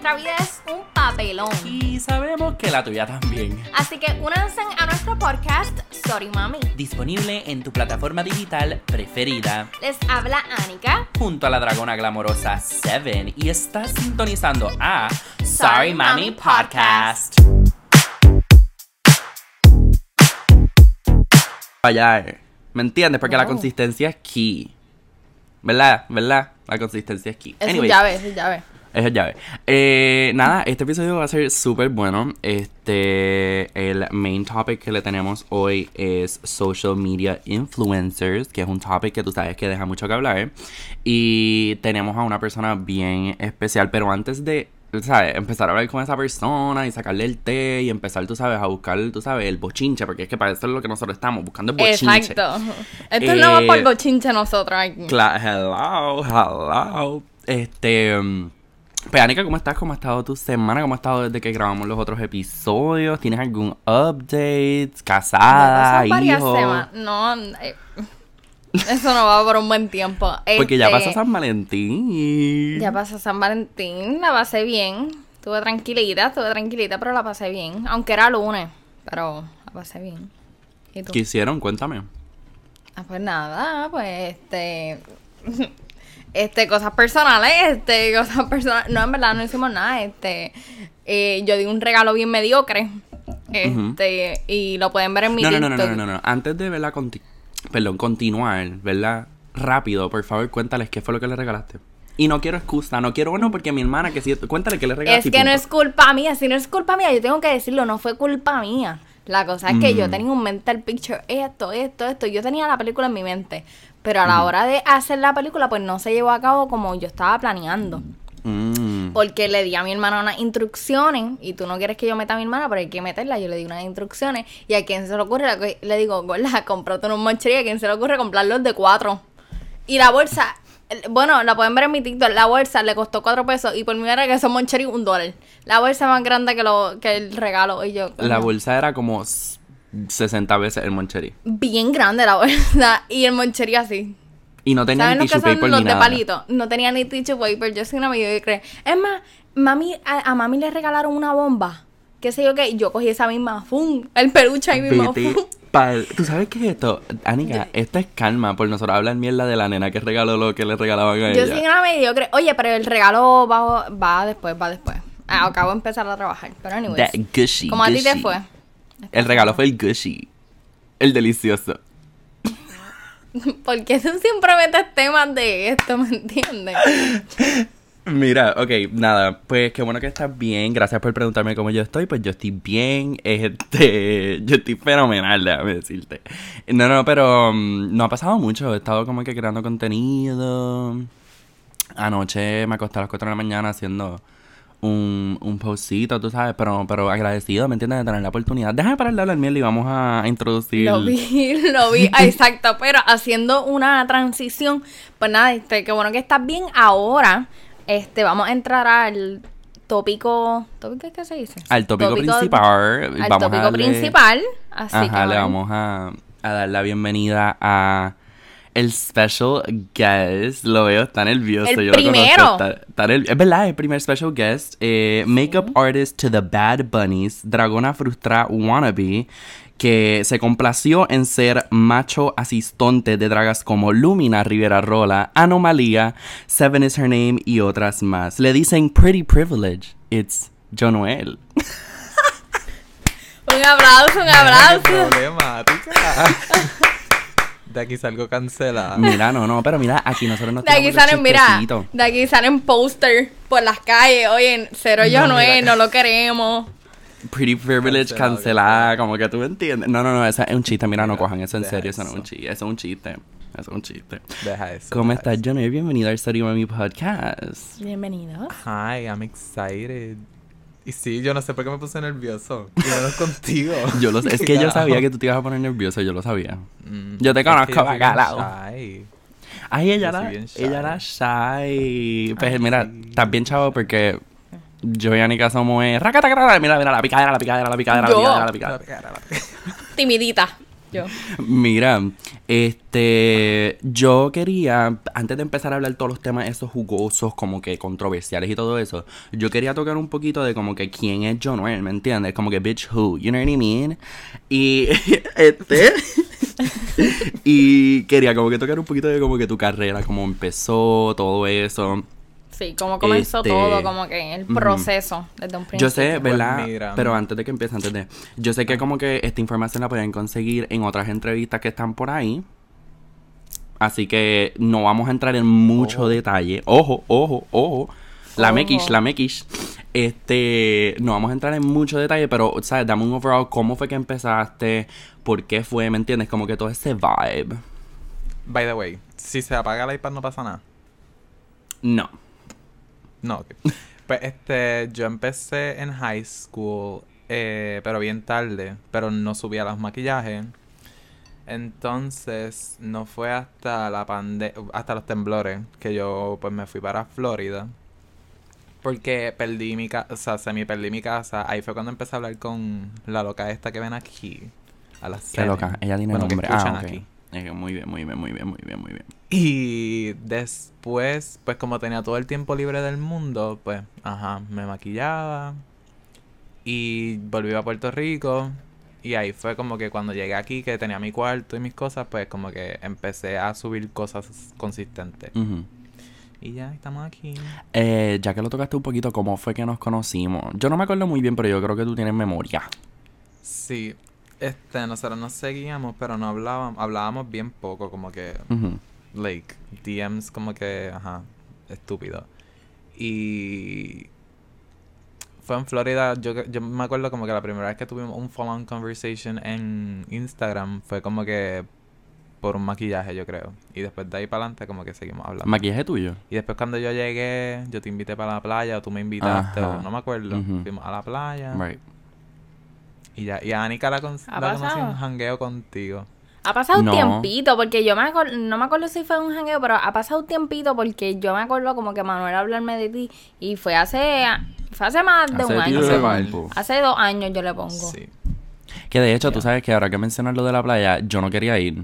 nuestra vida es un papelón. Y sabemos que la tuya también. Así que únanse a nuestro podcast, Sorry Mami. Disponible en tu plataforma digital preferida. Les habla Anika. Junto a la dragona glamorosa Seven. Y estás sintonizando a Sorry Mami Podcast. Fallar. ¿Me entiendes? Porque la Oh. consistencia es key. ¿Verdad? La consistencia es key. Es Anyways, llave. Esa es llave. Nada, este episodio va a ser súper bueno. El main topic que le tenemos hoy es social media influencers, que es un topic que tú sabes que deja mucho que hablar. Y tenemos a una persona bien especial, pero antes de, ¿sabes? Empezar a hablar con esa persona y sacarle el té y empezar, tú sabes, a buscar, tú sabes, el bochinche, porque es que para eso es lo que nosotros estamos buscando, el bochinche. Exacto. Esto no va por bochinche nosotros aquí. Hello. Pues, Anika, ¿cómo estás? ¿Cómo ha estado tu semana? ¿Cómo ha estado desde que grabamos los otros episodios? ¿Tienes algún update? ¿Casada? Varias ¿Hijo? semanas. No, eso no va por un buen tiempo. Porque ya pasó San Valentín. Ya pasó San Valentín, la pasé bien. Estuve tranquilita, pero la pasé bien. Aunque era lunes, pero la pasé bien. ¿Y tú? ¿Qué hicieron? Cuéntame. Pues nada, pues cosas personales, No, en verdad no hicimos nada, yo di un regalo bien mediocre, y lo pueden ver en mi TikTok. No. Antes de verla continuar, ¿verdad? Rápido, por favor, cuéntales qué fue lo que le regalaste. Y no quiero excusa, porque mi hermana, que sí, cuéntale qué le regalaste. Es que no es culpa mía, si no es culpa mía, yo tengo que decirlo, no fue culpa mía. La cosa es que yo tenía un mental picture, esto, yo tenía la película en mi mente, pero a la hora de hacer la película, pues no se llevó a cabo como yo estaba planeando. Porque le di a mi hermana unas instrucciones, y tú no quieres que yo meta a mi hermana, pero hay que meterla. Yo le di unas instrucciones, y a quien se le ocurre, le digo, gorda, cómprate unos moncherías, a quien se le ocurre comprarlos de 4. Y la bolsa, bueno, la pueden ver en mi TikTok, la bolsa le costó 4 pesos, y por mí era que son moncherías $1. La bolsa más grande que el regalo, y yo... La bolsa era como 60 veces el moncherí. Bien grande la bolsa, y el moncherí así. Y no tenía ¿Saben ni los que tissue son paper los ni de nada. palito? No tenía ni tissue paper, yo soy una mediocre. Es más, a mami le regalaron una bomba. Qué sé yo qué, y yo cogí esa misma, ¡fum! El peluche ahí mismo, ¡fum! ¿Tú sabes qué es esto? Anika, esto es calma por nosotros hablar mierda de la nena que regaló lo que le regalaban a ella. Yo soy una mediocre. Oye, pero el regalo va después. Acabo de empezar a trabajar, pero anyways. That gushy, ¿Cómo a ti te gushy. fue? El regalo fue el gushy. El delicioso. Porque tú siempre metes temas de esto, ¿me entiendes? Mira, ok, nada, pues qué bueno que estás bien. Gracias por preguntarme cómo yo estoy. Pues yo estoy bien, yo estoy fenomenal, déjame decirte. No, pero no ha pasado mucho. He estado como que creando contenido. Anoche me acosté a las 4 de la mañana haciendo un postcito, tú sabes, pero agradecido, ¿me entiendes? De tener la oportunidad. Déjame parar de hablar miel y vamos a introducir... Lo vi, exacto, pero haciendo una transición, pues nada, qué bueno que estás bien. Ahora, vamos a entrar al tópico ¿qué se dice? Al tópico principal. Al Vamos tópico a darle, principal, así ajá, que le vamos a dar la bienvenida a el special guest. Lo veo, está nervioso. El yo primero. Lo conozco, es verdad, el primer special guest. Makeup artist to the Bad Bunnies, dragona frustrada wannabe, que se complació en ser macho asistente de dragas como Lumina Rivera Rola, Anomalía, Seven is her name y otras más. Le dicen pretty privilege. It's Jonuel. Un aplauso. Problemática. De aquí salgo cancelada. Mira, no, pero mira, aquí nosotros nos De aquí tiramos los salen, mira, chistecitos. de aquí salen póster por las calles. Oye, cero yo no es, no lo queremos. Pretty privilege cancelada, como que tú me entiendes. No, ese es un chiste, mira, no cojan eso en Deja serio, eso no es eso. un chiste, eso es un chiste. Eso es un chiste. Deja eso. ¿Cómo deja estás, Johnny? Bienvenido al Story Mami Podcast. Bienvenidos. eso. Hi, I'm excited. Y sí, yo no sé por qué me puse nervioso. Y menos contigo. Yo lo sé, es que yo sabía que tú te ibas a poner nervioso, yo lo sabía. Yo te conozco, bacalao. Ay, ella Yo soy bien shy. era shy. Pues Ay, mira, sí. estás bien chavo porque yo y Anika somos... Mira, la picadera. Timidita. Yo. Mira, yo quería, antes de empezar a hablar todos los temas esos jugosos, como que controversiales y todo eso, yo quería tocar un poquito de como que quién es Jonuel, ¿me entiendes? Como que bitch who, you know what I mean? Y, y quería como que tocar un poquito de como que tu carrera, cómo empezó, todo eso. Sí, como comenzó todo, como que el proceso desde un principio. Yo sé, ¿verdad? Pues mira. Pero antes de que empiece, yo sé que como que esta información la pueden conseguir en otras entrevistas que están por ahí. Así que no vamos a entrar en mucho detalle. Ojo. La mequish. No vamos a entrar en mucho detalle, pero, ¿sabes? Dame un overall, ¿cómo fue que empezaste? ¿Por qué fue? ¿Me entiendes? Como que todo ese vibe. By the way, si se apaga el iPad no pasa nada. No. No, ok. Pues yo empecé en high school, pero bien tarde, pero no subía los maquillajes. Entonces, no fue hasta hasta los temblores que yo pues me fui para Florida. Porque perdí mi casa, o sea, semi-perdí mi casa. Ahí fue cuando empecé a hablar con la loca esta que ven aquí. A las Qué loca, ella tiene bueno, nombre. que escuchan Ok. aquí. Muy bien. Y después, pues como tenía todo el tiempo libre del mundo, pues, me maquillaba. Y volví a Puerto Rico. Y ahí fue como que cuando llegué aquí, que tenía mi cuarto y mis cosas, pues como que empecé a subir cosas consistentes. Ujú. Y ya, estamos aquí. Ya que lo tocaste un poquito, ¿cómo fue que nos conocimos? Yo no me acuerdo muy bien, pero yo creo que tú tienes memoria. Sí, nosotros nos seguíamos, pero no hablábamos bien poco, como que, Ujú. like, DMs como que, estúpido. Y fue en Florida, yo me acuerdo como que la primera vez que tuvimos un full-on conversation en Instagram fue como que por un maquillaje, yo creo. Y después de ahí para adelante como que seguimos hablando. ¿Maquillaje tuyo? Y después cuando yo llegué, yo te invité para la playa, o tú me invitaste, Ajá. o no me acuerdo. Ujú. Fuimos a la playa. Right. Y ya, y a Anika la conocí pasado? en un jangueo contigo. Ha pasado un No. tiempito, porque yo no me acuerdo si fue un jangueo, pero ha pasado un tiempito porque yo me acuerdo como que Manuel hablarme de ti y fue hace más de un año. tiempo. Hace 2 años yo le pongo. Sí. Que de hecho, Ya. tú sabes que ahora que mencionas lo de la playa, yo no quería ir.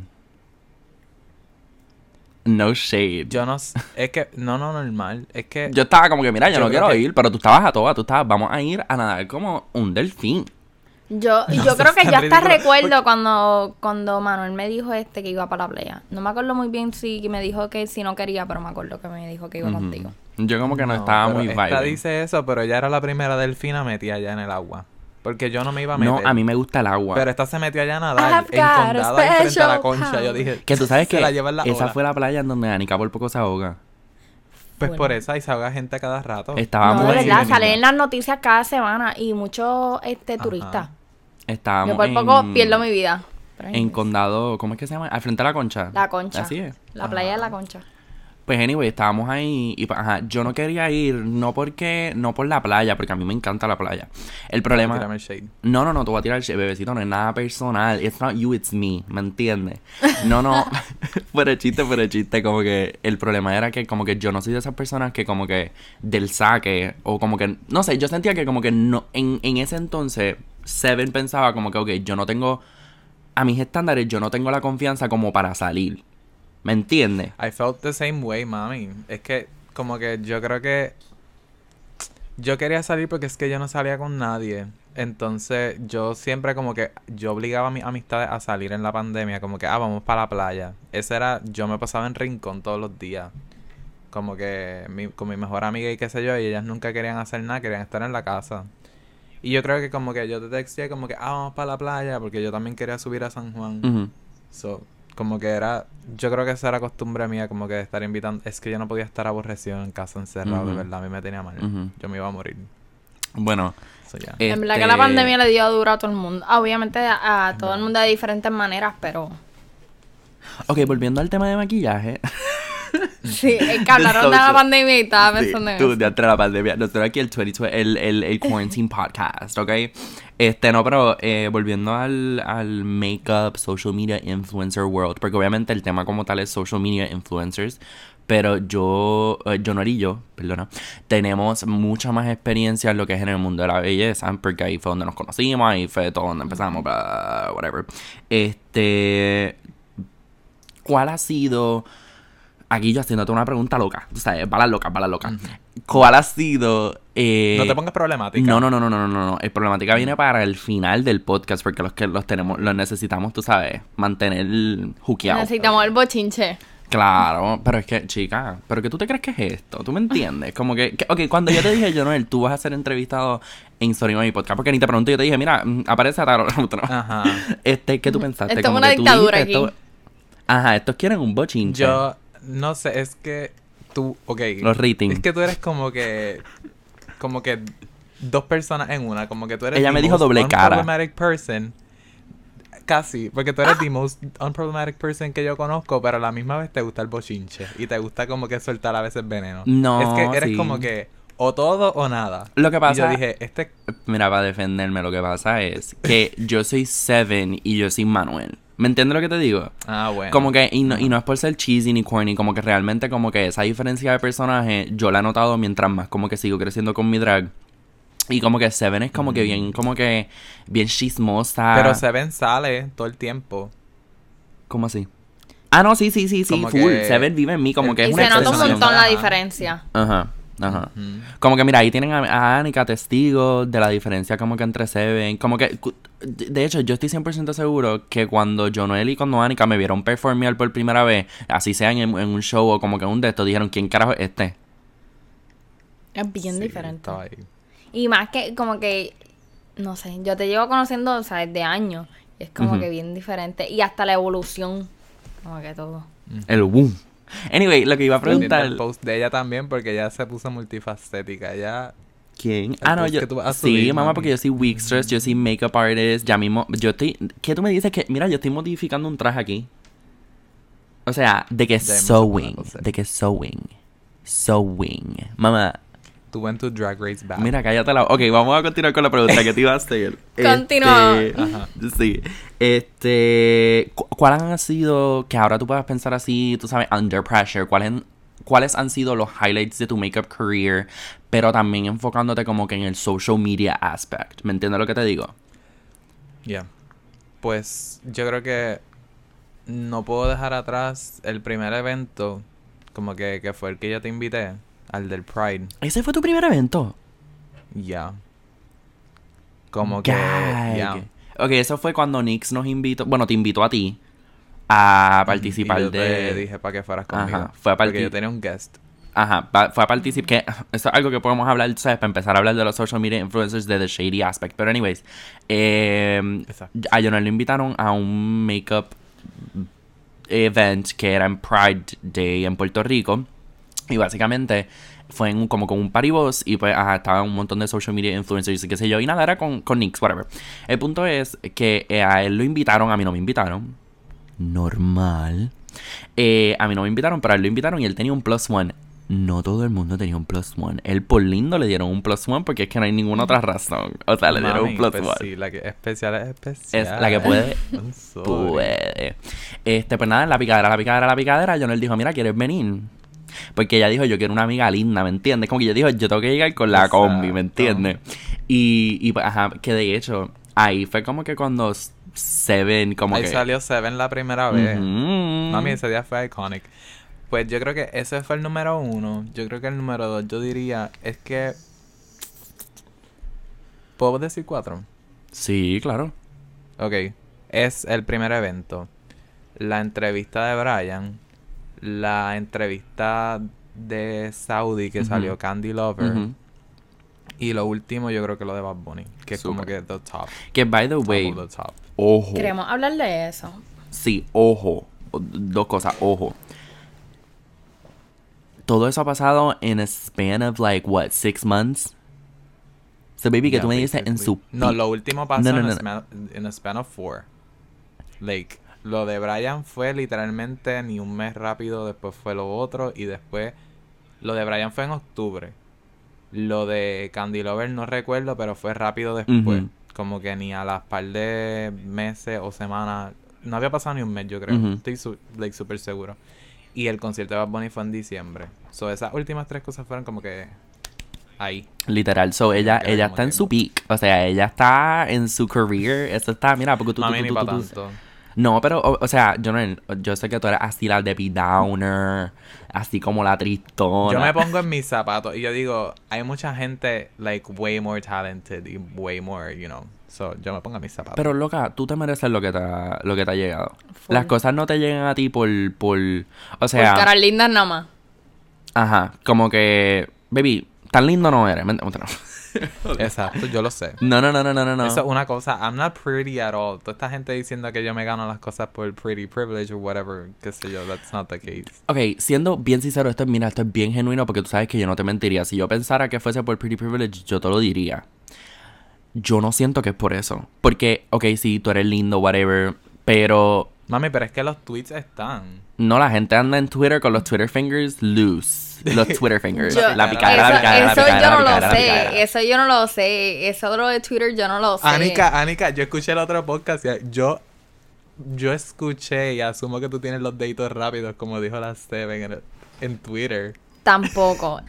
No shade. Yo no s- es que, no, normal. Es que Yo estaba como que, mira, yo Yo no creo quiero que- ir, pero tú estabas a todas, vamos a ir a nadar como un delfín. Yo seas creo que tan yo hasta ridículo, recuerdo cuando Manuel me dijo que iba para la playa. No me acuerdo muy bien si me dijo que si no quería, pero me acuerdo que me dijo que iba Ujú. contigo. Yo como que no estaba pero muy esta vibe. dice eso, pero ella era la primera delfina metida allá en el agua. Porque yo no me iba a meter. No, a mí me gusta el agua. Pero esta se metió allá a I nadar, have got a encondada ahí frente a la special concha. Yo power. dije, Que tú sabes se que la lleva en la esa ola. fue la playa en donde Anika por poco se ahoga. Pues Bueno. por eso ahí se ahoga gente a cada rato. Estábamos No, de en- verdad, salen en las noticias cada semana y muchos turistas. Estábamos Yo por poco pierdo mi vida. Pero en anyways, Condado, ¿cómo es que se llama? Al frente de la Concha. La Concha. Así es. La playa de la Concha. Pues anyway, estábamos ahí y yo no quería ir, no por la playa, porque a mí me encanta la playa. El problema... Tírame el shade. No, te voy a tirar el bebecito, no es nada personal. It's not you, it's me, ¿me entiendes? No, fuera de chiste, como que el problema era que como que yo no soy de esas personas que como que del saque, o como que, no sé, yo sentía que como que no, en ese entonces, Seven pensaba como que, ok, yo no tengo, a mis estándares, yo no tengo la confianza como para salir, ¿me entiendes? I felt the same way, mami. Es que, como que yo creo que yo quería salir porque es que yo no salía con nadie. Entonces, yo siempre como que yo obligaba a mis amistades a salir en la pandemia, como que, vamos para la playa. Ese era, yo me pasaba en Rincón todos los días. Como que con mi mejor amiga y qué sé yo, y ellas nunca querían hacer nada, querían estar en la casa. Y yo creo que como que yo te texté como que, vamos para la playa, porque yo también quería subir a San Juan. Ujú. So, como que era, yo creo que esa era costumbre mía, como que de estar invitando. Es que yo no podía estar aborrecido en casa encerrado, de Ujú. verdad, a mí me tenía mal. Ujú. Yo me iba a morir. Bueno, So, ya. En verdad que la pandemia le dio duro a todo el mundo. Obviamente a todo el verdad. mundo de diferentes maneras, pero... Ok, volviendo al tema de maquillaje. Sí, es que hablaron de la social- pandemia y estaba Sí, pensando en tú, eso. de entre la pandemia. Nosotros aquí el 2020, el Quarantine Podcast, ¿ok? No, pero volviendo al makeup, social media influencer world, porque obviamente el tema como tal es social media influencers, pero Jonuel y yo, perdona, tenemos mucha más experiencia en lo que es en el mundo de la belleza, porque ahí fue donde nos conocimos, ahí fue todo donde empezamos, blah, whatever. ¿Cuál ha sido... Aquí yo haciéndote una pregunta loca. O sea, balas locas. ¿Cuál ha sido... No te pongas problemática. No. El problemática viene para el final del podcast porque los tenemos, los necesitamos, tú sabes, mantener juqueados. Necesitamos el bochinche. Claro, pero es que, chica, ¿pero qué tú te crees que es esto? ¿Tú me entiendes? Como que ok, cuando yo te dije, Jonoel, tú vas a ser entrevistado en Sorry Mami Podcast, porque ni te pregunté, yo te dije, mira, aparece a tal hora. Ajá. ¿Qué tú pensaste? Esto es Como una que tú dictadura dijiste, aquí. Ajá, estos quieren un bochinche. Yo no sé, es que tú, Los ratings. Es que tú eres como que dos personas en una, como que tú eres Ella me the dijo most doble cara. unproblematic person. Casi, porque tú eres the most unproblematic person que yo conozco, pero a la misma vez te gusta el bochinche y te gusta como que soltar a veces veneno. No, es que eres sí. como que o todo o nada. Lo que pasa... Y yo dije, Mira, para defenderme, lo que pasa es que yo soy Seven y yo soy Manuel. ¿Me entiendes lo que te digo? Ah, bueno. Como que, y no es por ser cheesy ni corny, como que realmente como que esa diferencia de personaje yo la he notado mientras más como que sigo creciendo con mi drag. Y como que Seven es como que bien chismosa. Pero Seven sale todo el tiempo. ¿Cómo así? Ah, no, sí, Como full. que- Seven vive en mí, como que es Y una se nota un expresión. montón la Ajá. diferencia. Ajá. Como que mira, ahí tienen a Anika testigo de la diferencia como que entre Seven. Como que, de hecho, yo estoy 100% seguro que cuando Jonoel y cuando Anika me vieron performear por primera vez, así sea en un show o como que en un de estos, dijeron, ¿quién carajo es este? Es bien Sí, diferente. estaba ahí. Y más que, como que, no sé, yo te llevo conociendo, o sea, desde años. Y es como que bien diferente. Y hasta la evolución. Como que todo. El boom. Anyway, lo que iba a Pendiente preguntar... el post de ella también, porque ella se puso multifacética. Ella... ¿Quién? El Ah, no, post yo... que tú vas a Sí, subir, mamá, mami. porque yo soy Wixtress, yo soy makeup artist, ya mismo... Yo estoy... ¿Qué tú me dices? Que mira, yo estoy modificando un traje aquí. O sea, de que Ya hemos sewing. hablado, sí. De que sewing. Sewing. Mamá, Tú went to Drag Race back. mira, cállate la... Ok, vamos a continuar con la pregunta que te iba a hacer. Continúa. Ajá. Sí. ¿Cuáles han sido... Que ahora tú puedas pensar así, tú sabes, under pressure. ¿Cuáles han sido los highlights de tu makeup career? Pero también enfocándote como que en el social media aspect. ¿Me entiendes lo que te digo? Yeah. Pues yo creo que no puedo dejar atrás el primer evento, como que fue el que yo te invité, al del Pride. ¿Ese fue tu primer evento? Ya. Como que... Gag. ya. Ok, eso fue cuando Nix nos invitó... Bueno, te invitó a ti a participar Y yo de... te dije para que fueras conmigo. Ajá, fue a porque yo tenía un guest. Ajá, fue a participar, que eso es algo que podemos hablar, ¿sabes? Para empezar a hablar de los social media influencers de The Shady Aspect. Pero anyways, Exacto. a Jonel le invitaron a un makeup event que era en Pride Day en Puerto Rico. Y básicamente fue en como con un party bus y pues estaba un montón de social media influencers y qué sé yo. Y nada, era con Nix, whatever. El punto es que a él lo invitaron, a mí no me invitaron. Normal. A mí no me invitaron, pero a él lo invitaron y él tenía un +1. No todo el mundo tenía un +1. Él por lindo le dieron un +1 porque es que no hay ninguna otra razón. O sea, le dieron un Mami, +1. pues sí, la que es especial es especial. Es la que puede. I'm sorry. Puede. Pues nada, la picadera. Yo no le dijo, mira, ¿quieres venir? Porque ella dijo, yo quiero una amiga linda, ¿me entiendes? Como que yo dijo, yo tengo que llegar con la Exacto. combi, ¿me entiendes? Y pues, ajá, que de hecho, ahí fue como que cuando Seven, como Ahí que... salió Seven la primera vez. Ujú. Mami, ese día fue iconic. Pues yo creo que ese fue el número 1. Yo creo que el número 2, yo diría, es que... ¿Puedo decir 4? Sí, claro. Ok. Es el primer evento. La entrevista de Brian. La entrevista de Saudi que Ujú. salió Candy Lover. Ujú. Y lo último yo creo que lo de Bad Bunny. Que es como Súper. que the top. Que, by the way, Top of the top. ojo. Queremos hablar de eso. Sí, ojo. Dos cosas, ojo. Todo eso ha pasado en a span of like, what, 6 months? So, baby, que Yeah, tú me dices en basically. su... No, lo último pasó No, no, en, no, a en a span of 4. Like, lo de Brian fue literalmente ni un mes rápido, después fue lo otro, y después... Lo de Brian fue en octubre. Lo de Candy Lover no recuerdo, pero fue rápido después. Ujú. Como que ni a las par de meses o semanas... No había pasado ni un mes, yo creo. Ujú. Estoy súper seguro. Y el concierto de Bad Bunny fue en diciembre. So, esas últimas 3 cosas fueron como que... Ahí. Literal, so ella que está en no. su peak, o sea, ella está en su career, eso está, mira, porque tú, Mami, ni tú, para tú- tanto. No, pero, o sea, yo sé que tú eres así la Debbie Downer, así como la tristona. Yo me pongo en mis zapatos y yo digo, hay mucha gente, like, way more talented y way more, you know. So, yo me pongo en mis zapatos. Pero, loca, tú te mereces lo que te ha llegado. Full. Las cosas no te llegan a ti por, o Por sea, caras lindas nada más. ajá, como que, baby, tan lindo no eres. Exacto, yo lo sé. No. Eso es una cosa. I'm not pretty at all. Toda esta gente diciendo que yo me gano las cosas por pretty privilege or whatever, qué sé yo, that's not the case. Ok, siendo bien sincero, esto es bien genuino porque tú sabes que yo no te mentiría. Si yo pensara que fuese por pretty privilege, yo te lo diría. Yo no siento que es por eso. Porque, ok, sí, tú eres lindo, whatever, pero Mami, pero es que los tweets están. no, la gente anda en Twitter con los Twitter fingers loose. Los Twitter fingers. Yo- La picadera, eso yo no lo sé. picadera. Eso yo no lo sé. Eso de lo de Twitter yo no lo sé. Anika, yo escuché el otro podcast y yo escuché y asumo que tú tienes los deditos rápidos, como dijo la Steven en Twitter. Tampoco.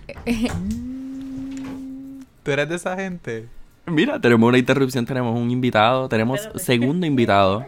¿Tú eres de esa gente? Mira, tenemos una interrupción, tenemos un invitado, tenemos segundo invitado.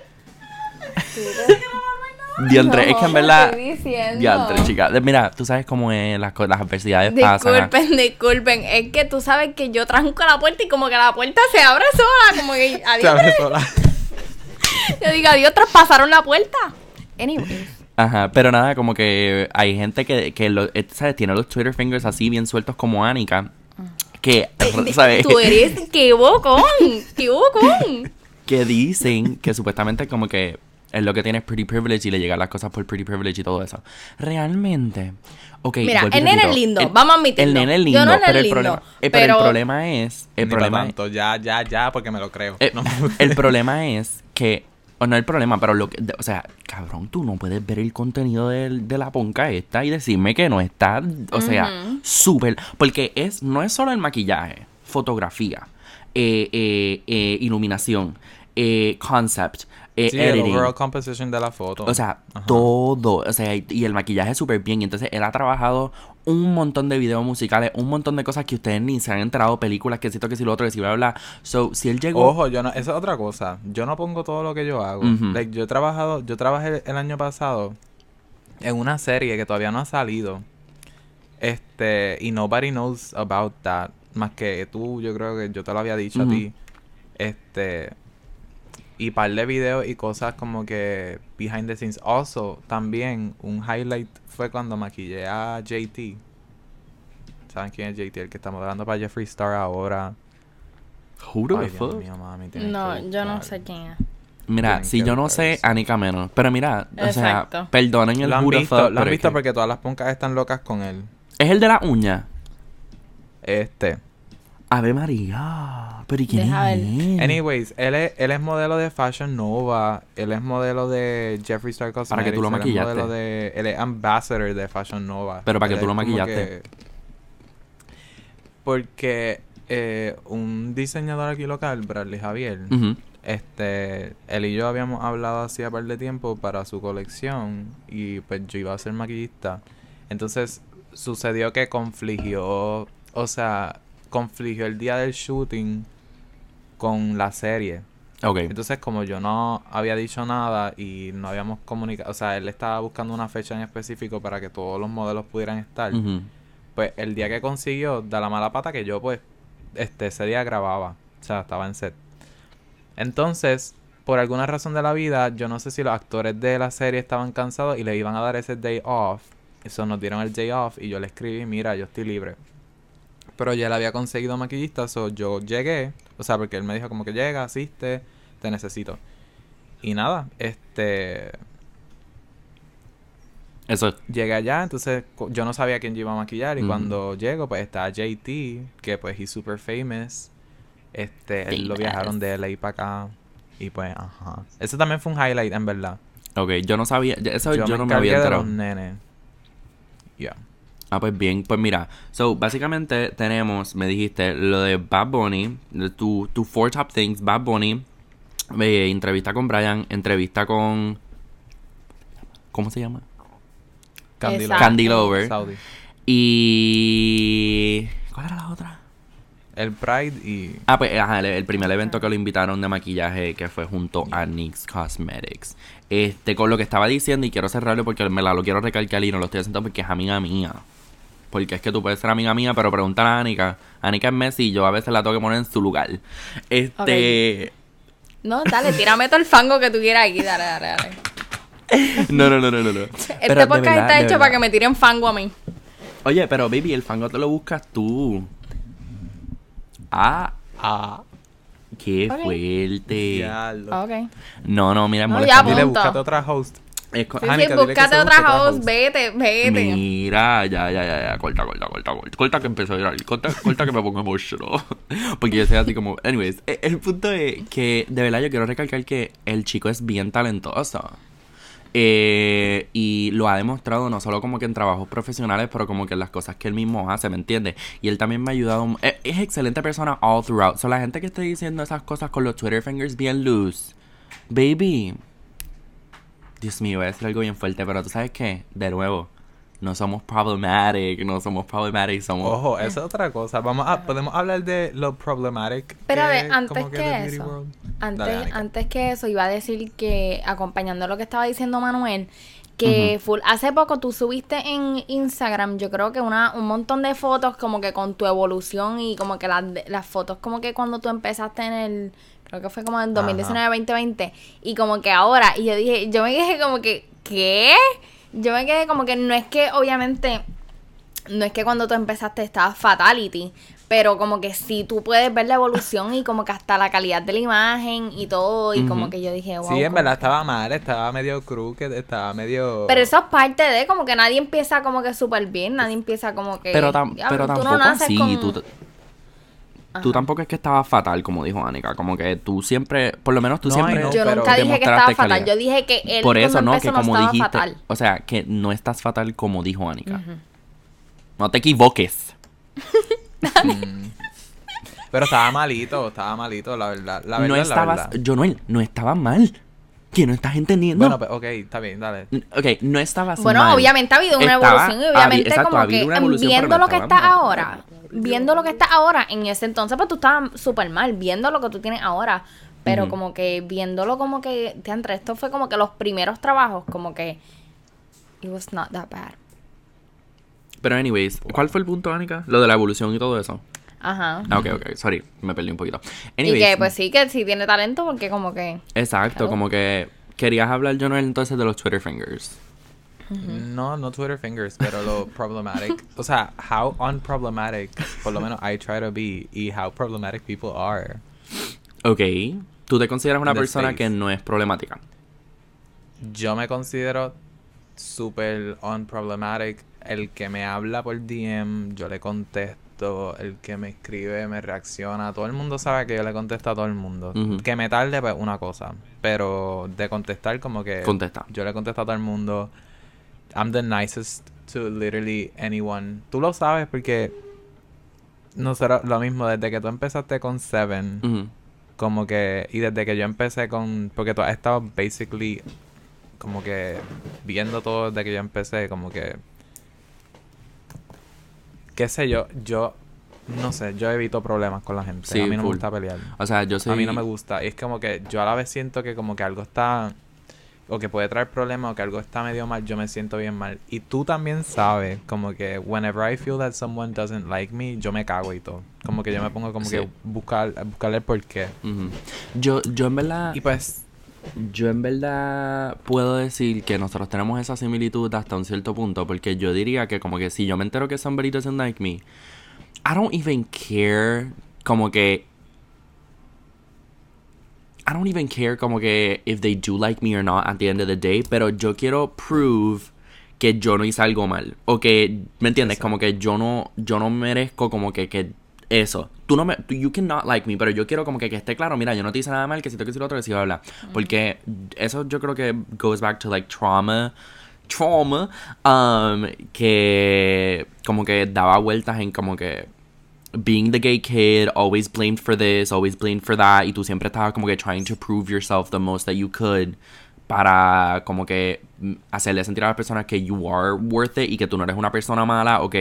Diantre, es que en verdad. ¿Qué estoy diciendo? Diantre, chica. Mira, tú sabes cómo es, las adversidades pasan. Disculpen. Es que tú sabes que yo tranco la puerta y como que la puerta se abre sola. Como que adiós. ¿Sabes sola? Yo digo, adiós, traspasaron la puerta. Anyway. Ajá, pero nada, como que hay gente que ¿sabes? Tiene los Twitter fingers así bien sueltos como Anika. Que, ¿sabes? Tú eres qué bocón. Que dicen que supuestamente como que es lo que tiene pretty privilege y le llegan las cosas por pretty privilege y todo eso. Realmente, ok. Mira, vuelvo y el nene repito, es lindo, vamos a admitirlo. El nene es Yo lindo, no pero, es el lindo, problema, pero pero- el problema es... El Ni pa' problema, tanto. Ya, porque me lo creo. No. el problema es que... O no el problema, pero lo que... O sea, cabrón, tú no puedes ver el contenido de la ponca esta y decirme que no está... O sea, súper... Porque no es solo el maquillaje, fotografía, iluminación, concept, Sí, el editing. overall composition de la foto. O sea, Ajá. todo. O sea, y el maquillaje súper bien. Y entonces él ha trabajado un montón de videos musicales, un montón de cosas que ustedes ni se han enterado, películas, que si esto, que si lo otro, que si bla, bla, bla. So, si él llegó... Ojo, esa es otra cosa. Yo no pongo todo lo que yo hago. Ujú. Like, yo trabajé el año pasado en una serie que todavía no ha salido. Y nobody knows about that. Más que tú, yo creo que yo te lo había dicho Ujú. a ti. Y par de videos y cosas como que behind the scenes. Also, también un highlight fue cuando maquillé a JT. ¿Saben quién es JT? El que está modelando para Jeffree Star ahora. Who the Ay, Dios fuck? mío, mami, tienes No, que yo no buscar. sé quién es. Mira, Tienen si que yo no buscar sé, eso. Anika menos. Pero mira, o sea, Exacto. perdonen el Lo han who the visto, fuck, lo han pero es visto que- porque todas las puncas están locas con él. Es el de la uña. Ave María. Pero ¿y quién Deja es ver. él? Anyways, él es modelo de Fashion Nova. Él es modelo de Jeffree Star Cosmetics. Para que tú lo maquillaste. Él es ambassador de Fashion Nova. Pero para que Él tú lo es como maquillaste. Porque un diseñador aquí local, Bradley Javier, Ujú. él y yo habíamos hablado hacía par de tiempo para su colección y pues yo iba a ser maquillista. Entonces sucedió que confligió el día del shooting con la serie. Ok. Entonces como yo no había dicho nada y no habíamos comunicado, o sea, él estaba buscando una fecha en específico para que todos los modelos pudieran estar. Ujú. Pues el día que consiguió, da la mala pata que yo pues ese día grababa, o sea, estaba en set. Entonces, por alguna razón de la vida, yo no sé si los actores de la serie estaban cansados y le iban a dar ese day off. Eso nos dieron el day off y yo le escribí, mira, yo estoy libre. Pero ya él había conseguido maquillista, so yo llegué, o sea, porque él me dijo como que llega, asiste, te necesito. Y nada, Eso. llegué allá, entonces yo no sabía quién yo iba a maquillar y Ujú. cuando llego pues está JT, que pues he's super famous. Él lo viajaron de LA para acá y pues ajá. Eso también fue un highlight en verdad. Ok, yo no sabía. Eso yo no me encargué había de enterado. los nenes. Ya. Ah, pues bien, pues mira, so, básicamente tenemos, me dijiste, lo de Bad Bunny, tu four top things, Bad Bunny, entrevista con Brian, entrevista con, ¿cómo se llama? Candy Exacto. Candy Lover. Saudi. Y... ¿cuál era la otra? el Pride y... Pues, ajá, el primer evento que lo invitaron de maquillaje que fue junto a NYX Cosmetics. Con lo que estaba diciendo, y quiero cerrarlo porque lo quiero recalcar y no lo estoy haciendo porque es amiga mía. Porque es que tú puedes ser amiga mía, pero pregúntale a Anika. Anika es Messi y yo a veces la tengo que poner en su lugar. Okay. No, dale, tírame todo el fango que tú quieras aquí, dale. No. Este podcast está hecho para que me tiren fango a mí. Oye, pero baby, el fango te lo buscas tú. Qué fuerte. Ok. No, mira, No, molesta. ya, Dile, punto. búscate otra host. Sí, Anika, dile que búscate se otra busque host, vete. Mira, ya, corta que empezó a llorar, corta que me pongo emotional. Porque yo soy así como, anyways, el punto es que de verdad yo quiero recalcar que el chico es bien talentoso. Y lo ha demostrado no solo como que en trabajos profesionales, pero como que en las cosas que él mismo hace, ¿me entiendes? Y él también me ha ayudado, es excelente persona all throughout. So la gente que esté diciendo esas cosas con los Twitter fingers bien loose, baby, Dios mío, voy a decir algo bien fuerte, pero ¿tú sabes qué? De nuevo, no somos problematic, somos... Ojo, esa es otra cosa. Podemos hablar de lo problematic. Pero a ver, antes como que de Beauty eso, World. Dale, Anika. antes que eso, iba a decir que, acompañando lo que estaba diciendo Manuel, que hace poco tú subiste en Instagram, yo creo que un montón de fotos como que con tu evolución y como que las fotos como que cuando tú empezaste creo que fue como en 2019-2020, y como que ahora, y yo me quedé como que, ¿qué? Yo me quedé como que no es que obviamente, no es que cuando tú empezaste estabas fatality, pero como que sí tú puedes ver la evolución y como que hasta la calidad de la imagen y todo, y como que yo dije, wow. Sí, en verdad estaba mal, estaba medio crooked, estaba medio... Pero eso es parte de como que nadie empieza como que súper bien, nadie empieza como que... Pero tú tampoco no naces así, con... tú tampoco es que estabas fatal, como dijo Anika, como que tú siempre, por lo menos tú No, siempre I know, Yo pero nunca dije que estaba demostraste fatal, calidad. yo dije que él Por eso, cuando no, empezó que como estaba dijiste, fatal. o sea, que no estás fatal como dijo Anika. No te equivoques. Pero estaba malito, la verdad. La verdad, No la estabas, verdad. Jonuel, no estaba mal. ¿Que no estás entendiendo? Bueno, pues, ok, está bien, dale. Ok, no estabas Bueno, mal. obviamente ha habido una evolución y obviamente exacto, ha como habido que una evolución, viendo pero no lo que estabas está mal. ahora, viendo lo que está ahora, en ese entonces pues tú estabas súper mal, viendo lo que tú tienes ahora, pero como que viéndolo como que, entre esto fue como que los primeros trabajos, como que it was not that bad. Pero anyways, ¿cuál fue el punto, Anika? Lo de la evolución y todo eso. Ajá. Ok, sorry, me perdí un poquito. Y Anyways, que pues sí, que sí tiene talento porque como que... exacto, Hello. como que querías hablar, Jonuel, entonces de los Twitter fingers. No Twitter fingers, pero lo problematic. O sea, how unproblematic, por lo menos I try to be, y how problematic people are. Ok, ¿tú te consideras una The persona space. que no es problemática? Yo me considero súper unproblematic. El que me habla por DM, yo le contesto. El que me escribe, me reacciona. Todo el mundo sabe que yo le contesto a todo el mundo. Ujú. Que me tarde, pues, una cosa. Pero de contestar, como que... Contesta. Yo le contesto a todo el mundo. I'm the nicest to literally anyone. Tú lo sabes porque... Nosotros, lo mismo, desde que tú empezaste con Seven... Ujú. Como que... Y desde que yo empecé con... Porque tú has estado basically... Como que... Viendo todo desde que yo empecé. Como que... Qué sé yo. Yo... No sé. Yo evito problemas con la gente. Sí, a mí no full. me gusta pelear. O sea, yo soy... A mí no me gusta. Y es como que... Yo a la vez siento que como que algo está... O que puede traer problemas. O que algo está medio mal. Yo me siento bien mal. Y tú también sabes... Como que... Whenever I feel that someone doesn't like me... Yo me cago y todo. Como que yo me pongo como Sí. que... Buscarle el porqué. Ujú. Yo en verdad... Y pues... Yo en verdad puedo decir que nosotros tenemos esa similitud hasta un cierto punto, porque yo diría que como que si yo me entero que somebody doesn't like me, I don't even care como que if they do like me or not at the end of the day, pero yo quiero prove que yo no hice algo mal, o que, ¿me entiendes? Eso. Como que yo no merezco como que eso. You cannot like me, pero yo quiero como que esté claro, mira, yo no te hice nada mal, que si tengo que decir lo otro, que si bla, bla. Porque eso yo creo que goes back to like trauma, que como que daba vueltas en como que being the gay kid, always blamed for this, always blamed for that, y tú siempre estabas como que trying to prove yourself the most that you could para como que hacerle sentir a las personas que you are worth it y que tú no eres una persona mala o que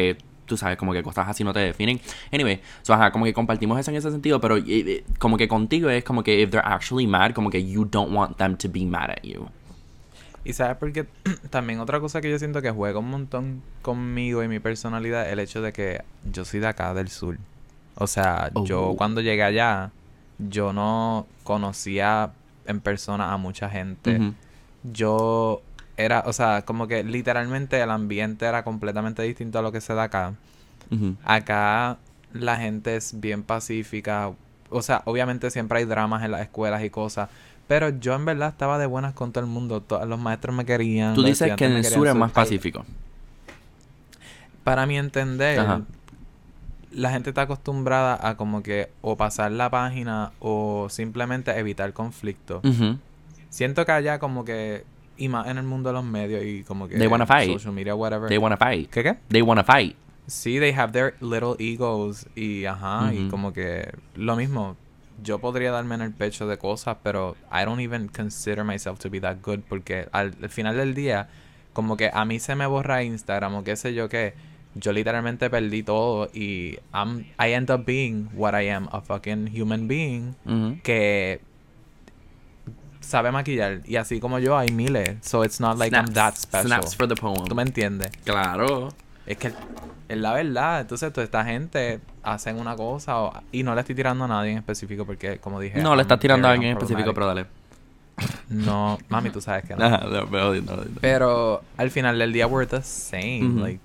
tú sabes, como que cosas así no te definen. Anyway, so, ajá, como que compartimos eso en ese sentido, pero como que contigo es como que if they're actually mad, como que you don't want them to be mad at you. Y sabes porque también otra cosa que yo siento que juega un montón conmigo y mi personalidad, el hecho de que yo soy de acá del sur. O sea, yo cuando llegué allá, yo no conocía en persona a mucha gente. Ujú. Yo era, o sea, como que literalmente el ambiente era completamente distinto a lo que se da acá. Ujú. Acá la gente es bien pacífica. O sea, obviamente siempre hay dramas en las escuelas y cosas. Pero yo en verdad estaba de buenas con todo el mundo. Los maestros me querían. Tú los dices que estudiantes en me el querían. sur es más pacífico. Para mi entender, Ajá. la gente está acostumbrada a como que o pasar la página o simplemente evitar conflicto. Ujú. Siento que allá como que, y más en el mundo de los medios y como que They wanna fight. social media, whatever. They wanna fight. ¿Qué? They wanna fight. Sí, they have their little egos y ajá, y Ujú. como que lo mismo. Yo podría darme en el pecho de cosas, pero I don't even consider myself to be that good porque al final del día, como que a mí se me borra Instagram o qué sé yo qué, yo literalmente perdí todo y I end up being what I am, a fucking human being Ujú. que sabe maquillar y así como yo hay miles, so it's not like I'm that special. Snaps for the poem. ¿Tú me entiendes? Claro. Es que es la verdad. Entonces, toda esta gente hacen una cosa y no le estoy tirando a nadie en específico porque, como dije... No, le estás tirando a alguien en I'm específico, pero dale. No, mami, tú sabes que no. Ajá, no, pero jodiendo. Pero al final del día we're the same. Ujú. Like...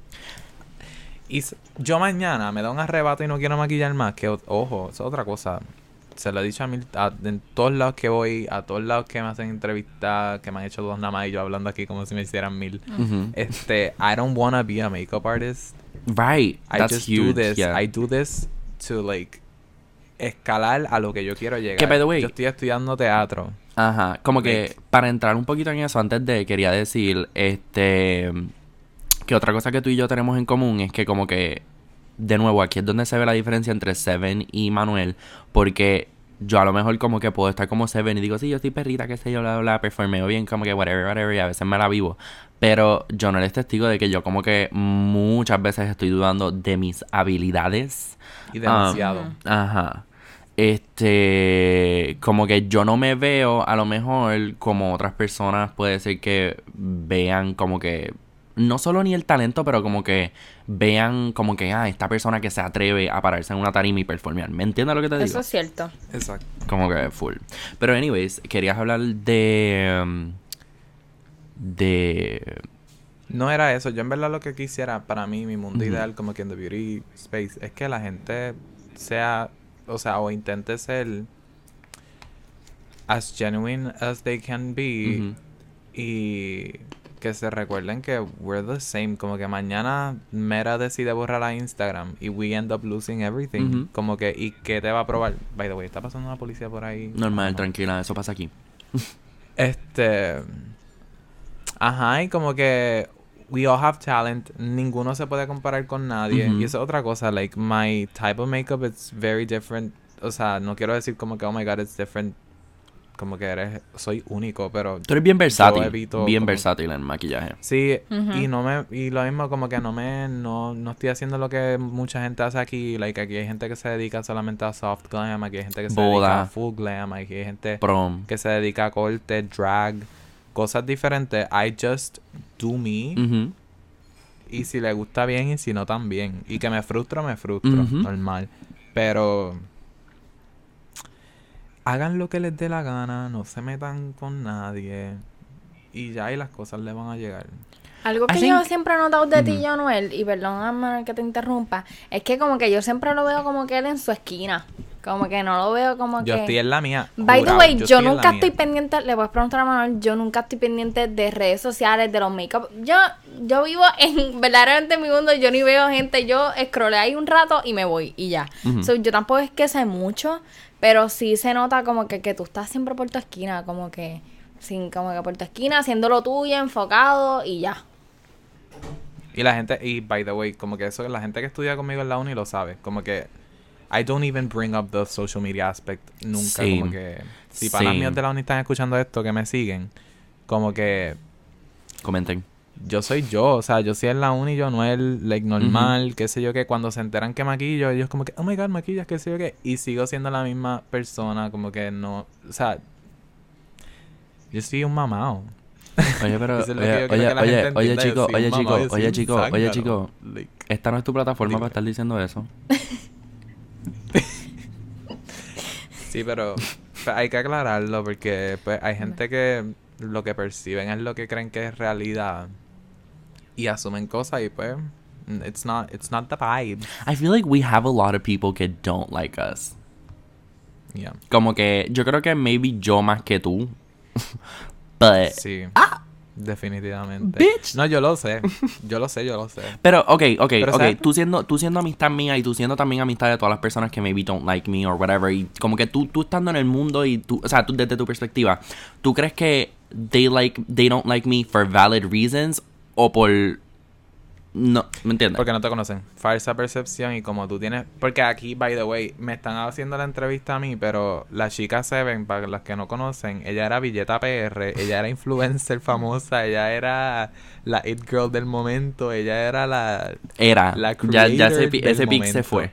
yo mañana me da un arrebato y no quiero maquillar más. Que, ojo, es otra cosa. Se lo he dicho en todos lados que voy, a todos lados que me hacen entrevistas, que me han hecho dos nada más y yo hablando aquí como si me hicieran 1000. Ujú. I don't wanna be a makeup artist. Right. I That's just huge. do this. Yeah. I do this to like escalar a lo que yo quiero llegar. Que, by the way, yo estoy estudiando teatro. Ajá, como que Like- para entrar un poquito en eso, antes de quería decir, que otra cosa que tú y yo tenemos en común es que como que, de nuevo, aquí es donde se ve la diferencia entre Seven y Manuel, porque yo a lo mejor como que puedo estar como Seven y digo, sí, yo estoy perrita, qué sé yo, bla, bla, bla, performeo bien, como que whatever, y a veces me la vivo, pero yo no eres testigo de que yo como que muchas veces estoy dudando de mis habilidades. Y demasiado. Ajá. Como que yo no me veo a lo mejor como otras personas puede ser que vean como que no solo ni el talento, pero como que vean como que esta persona que se atreve a pararse en una tarima y performear. ¿Me entiendes lo que te digo? Eso es cierto. Exacto. Como que full. Pero anyways, querías hablar de No era eso. Yo en verdad lo que quisiera para mí, mi mundo Ujú. ideal como que en the beauty space, es que la gente sea, o sea, o intente ser as genuine as they can be. Ujú. Y que se recuerden que we're the same. Como que mañana Meta decide borrar a Instagram y we end up losing everything. Ujú. Como que, ¿y qué te va a probar? By the way, ¿está pasando una policía por ahí? Normal, No. tranquila, eso pasa aquí. Ajá, y como que we all have talent. Ninguno se puede comparar con nadie. Ujú. Y eso es otra cosa. Like, my type of makeup is very different. O sea, no quiero decir como que, oh my God, it's different. Como que soy único, pero Tú eres bien versátil, evito bien como- versátil en maquillaje. sí, Ujú. y lo mismo como que no estoy haciendo lo que mucha gente hace aquí. Like, aquí hay gente que se dedica solamente a soft glam, aquí hay gente que se dedica Boda. a full glam, aquí hay gente Prom. que se dedica a corte, drag, cosas diferentes. I just do me. Ujú. Y si le gusta bien y si no también. Y que me frustro, Ujú. normal. Pero hagan lo que les dé la gana, no se metan con nadie. Y ya y las cosas le van a llegar. Algo que I yo think- siempre he notado de ti, Ujú. Jonuel, y perdóname que te interrumpa, es que como que yo siempre lo veo como que él en su esquina. Como que no lo veo como Yo que... estoy en la mía. By the jurado, way, yo estoy en la nunca mía. estoy pendiente, le voy a preguntar a Manuel, yo nunca estoy pendiente de redes sociales, de los make-up. Yo vivo en verdaderamente mi mundo, yo ni veo gente, yo scrolleo ahí un rato y me voy y ya. Ujú. So, yo tampoco es que sé mucho, pero sí se nota como que tú estás siempre por tu esquina, como que por tu esquina, haciendo lo tuyo, enfocado y ya. Y la gente, y by the way, como que eso, la gente que estudia conmigo en la uni lo sabe. Como que I don't even bring up the social media aspect nunca. Sí. Como que si panas Sí. míos de la uni están escuchando esto, que me siguen, como que Comenten. yo soy yo, o sea, yo soy el la uni y yo no el like, normal, qué sé yo, que cuando se enteran que maquillo, ellos como que, oh my god, maquillas, qué sé yo, qué, y sigo siendo la misma persona, como que no, o sea, yo soy un mamado. Oye, pero, Eso es lo que yo creo que la gente entienda, yo soy un mamado, yo soy un zángano. chico, Like, esta no es tu plataforma Dime. para estar diciendo eso. sí, pero pues, hay que aclararlo porque pues hay gente que lo que perciben es lo que creen que es realidad y asumen cosas y pues it's not the vibe. I feel like we have a lot of people que don't like us. Yeah. Como que yo creo que maybe yo más que tú. But Sí. Definitivamente. Bitch. No, yo lo sé. Yo lo sé. pero okay, Pero, ¿sabes? tú siendo amistad mía y tú siendo también amistad de todas las personas que maybe don't like me or whatever, y como que tú estando en el mundo y tú, o sea, tú desde tu perspectiva, ¿tú crees que they don't like me for valid reasons o por no, ¿me entiendes? Porque no te conocen. Falsa percepción y como tú tienes... Porque aquí, by the way, me están haciendo la entrevista a mí, pero la chica Seven, para los que no conocen, ella era Villeta PR, ella era influencer famosa, ella era la it girl del momento, ella era la Era, la ya creator del ese pic se momento. fue.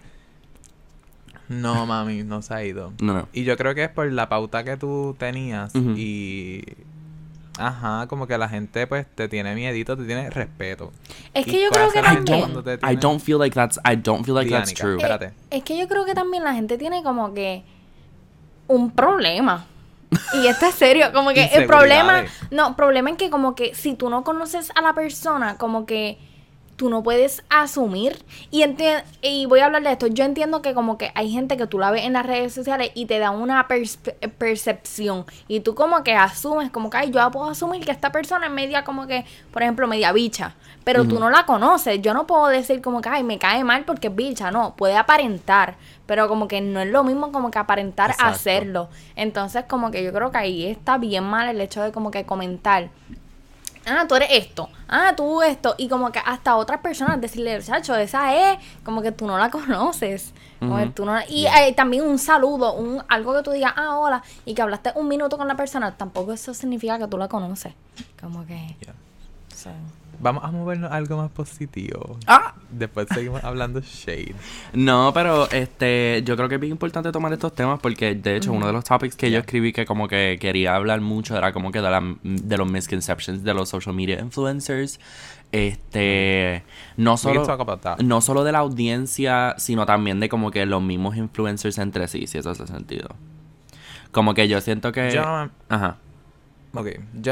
No, mami, no se ha ido. No. Y yo creo que es por la pauta que tú tenías Ujú. y... Ajá, como que la gente pues te tiene miedito, te tiene respeto. Es Y que yo puede creo que hacer algo también... cuando te I tiene- don't feel like that's Diánica, true. espérate. Es que yo creo que también la gente tiene como que un problema. Y esto es serio, como que el problema... No, problema en que como que si tú no conoces a la persona, como que tú no puedes asumir. Y voy a hablar de esto. Yo entiendo que como que hay gente que tú la ves en las redes sociales y te da una percepción. Y tú como que asumes, como que, ay, yo puedo asumir que esta persona es media como que, por ejemplo, media bicha. Pero tú no la conoces. Yo no puedo decir como que, ay, me cae mal porque es bicha. No, puede aparentar. Pero como que no es lo mismo como que aparentar Exacto. hacerlo. Entonces como que yo creo que ahí está bien mal el hecho de como que comentar. Ah, tú eres esto. Ah, tú esto. Y como que hasta otras personas decirle, chacho, esa es, como que tú no la conoces. Como que tú no la- Y también un saludo, algo que tú digas, ah, hola, y que hablaste un minuto con la persona, tampoco eso significa que tú la conoces. Como que... Yeah. so. Vamos a movernos a algo más positivo. Ah. Después seguimos hablando shade. No, pero yo creo que es bien importante tomar estos temas porque de hecho uno de los topics que yo escribí que como que quería hablar mucho era como que de los misconceptions de los social media influencers. No We can talk about that. no solo de la audiencia, sino también de como que los mismos influencers entre sí, si eso hace sentido. Como que yo siento que... Ajá. Ok,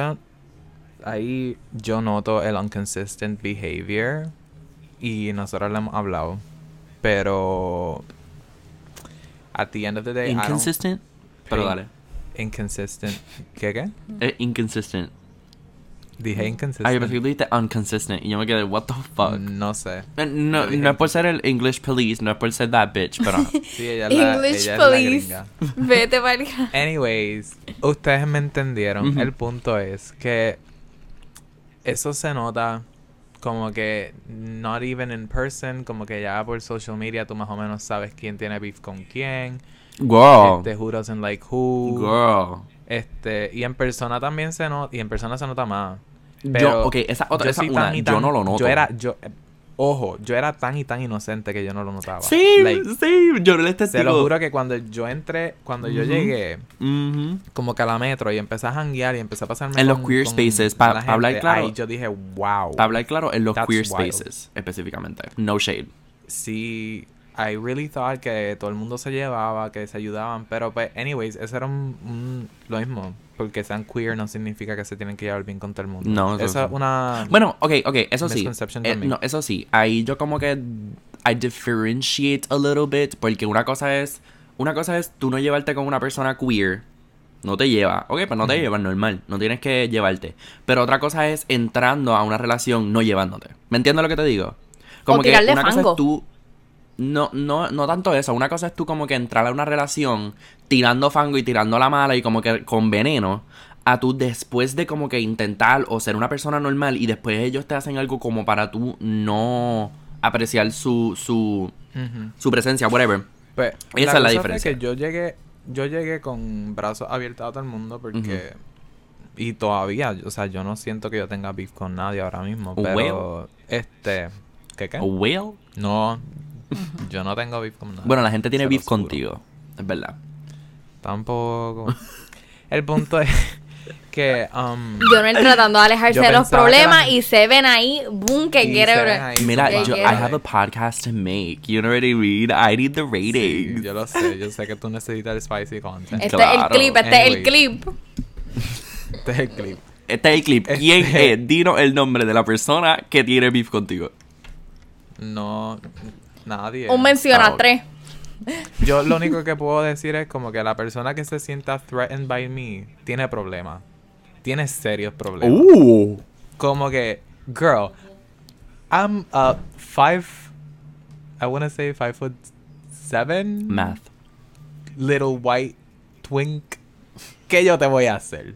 ahí yo noto el inconsistent behavior y nosotros lo hemos hablado, pero at the end of the day, Inconsistent. Pero pay- dale. inconsistent. ¿Qué? Inconsistent. Dije inconsistent. Ay, yo pensé que tú dijiste inconsistent y yo me quedé, what the fuck. No sé. No, dije no es por ser el English police, no es por ser that bitch, pero... Sí, ella es la, English ella es la police. gringa. Vete para acá. Anyways, ustedes me entendieron. Ujú. El punto es que eso se nota como que not even in person, como que ya por social media tú más o menos sabes quién tiene beef con quién. Girl. Who doesn't like who. Girl. Y en persona también se nota, y en persona se nota más. Yo, Pero ok, esa otra, esa soy una, tan y yo tan- no lo noto. yo era tan y tan inocente que yo no lo notaba. Sí, Like, sí, yo no le testigo. se lo juro que cuando yo Ujú. llegué, Ujú. como que a la metro y empecé a janguear y empecé a pasarme En los con- queer con spaces, la para gente, hablar claro. ahí yo dije, wow. Para hablar claro, en los That's queer wild. spaces, específicamente. No shade. Sí, I really thought que todo el mundo se llevaba, que se ayudaban, pero pues, anyways, eso era lo mismo. Porque sean queer no significa que se tienen que llevar bien con todo el mundo. No, eso eso es sí. una... Bueno, ok, eso sí. Misconception también. No, eso sí. Ahí yo como que I differentiate a little bit. Porque una cosa es tú no llevarte con una persona queer. No te lleva. Ok, pues no te llevas normal. No tienes que llevarte. Pero otra cosa es entrando a una relación no llevándote. ¿Me entiendes lo que te digo? Como O tirarle una cosa fango. es tú... No tanto eso. Una cosa es tú como que entrar a una relación tirando fango y tirando la mala y como que con veneno. A tú después de como que intentar o ser una persona normal y después ellos te hacen algo como para tú no apreciar su Ujú. presencia, whatever. Pues, Esa es la cosa fue diferencia. que yo llegué con brazos abiertos a todo el mundo porque Y todavía, o sea, yo no siento que yo tenga beef con nadie ahora mismo, pero... ¿Qué? Well. No, yo no tengo beef con nadie. Bueno, la gente tiene Se beef los juro. contigo. Es verdad. Tampoco. El punto es que... Johnny tratando de alejarse yo de los pensaba que problemas la- y se ven ahí, boom, que y quiere se ver. ven ahí Mira, ¿Qué yo, I quieres? have a podcast to make. You know what I mean? I need the Sí, ratings. yo sé que tú necesitas el spicy content. Este es el Claro. clip, este es el Anyways. clip. Este es el clip. Este es el clip. ¿Quién es? Dinos el nombre de la persona que tiene beef contigo. No, nadie. Un menciona Ah, ok. 3. Yo lo único que puedo decir es como que la persona que se sienta threatened by me tiene problemas. Tiene serios problemas. Como que, girl, I'm a I wanna say 5'7" Math. little white twink. ¿Qué yo te voy a hacer?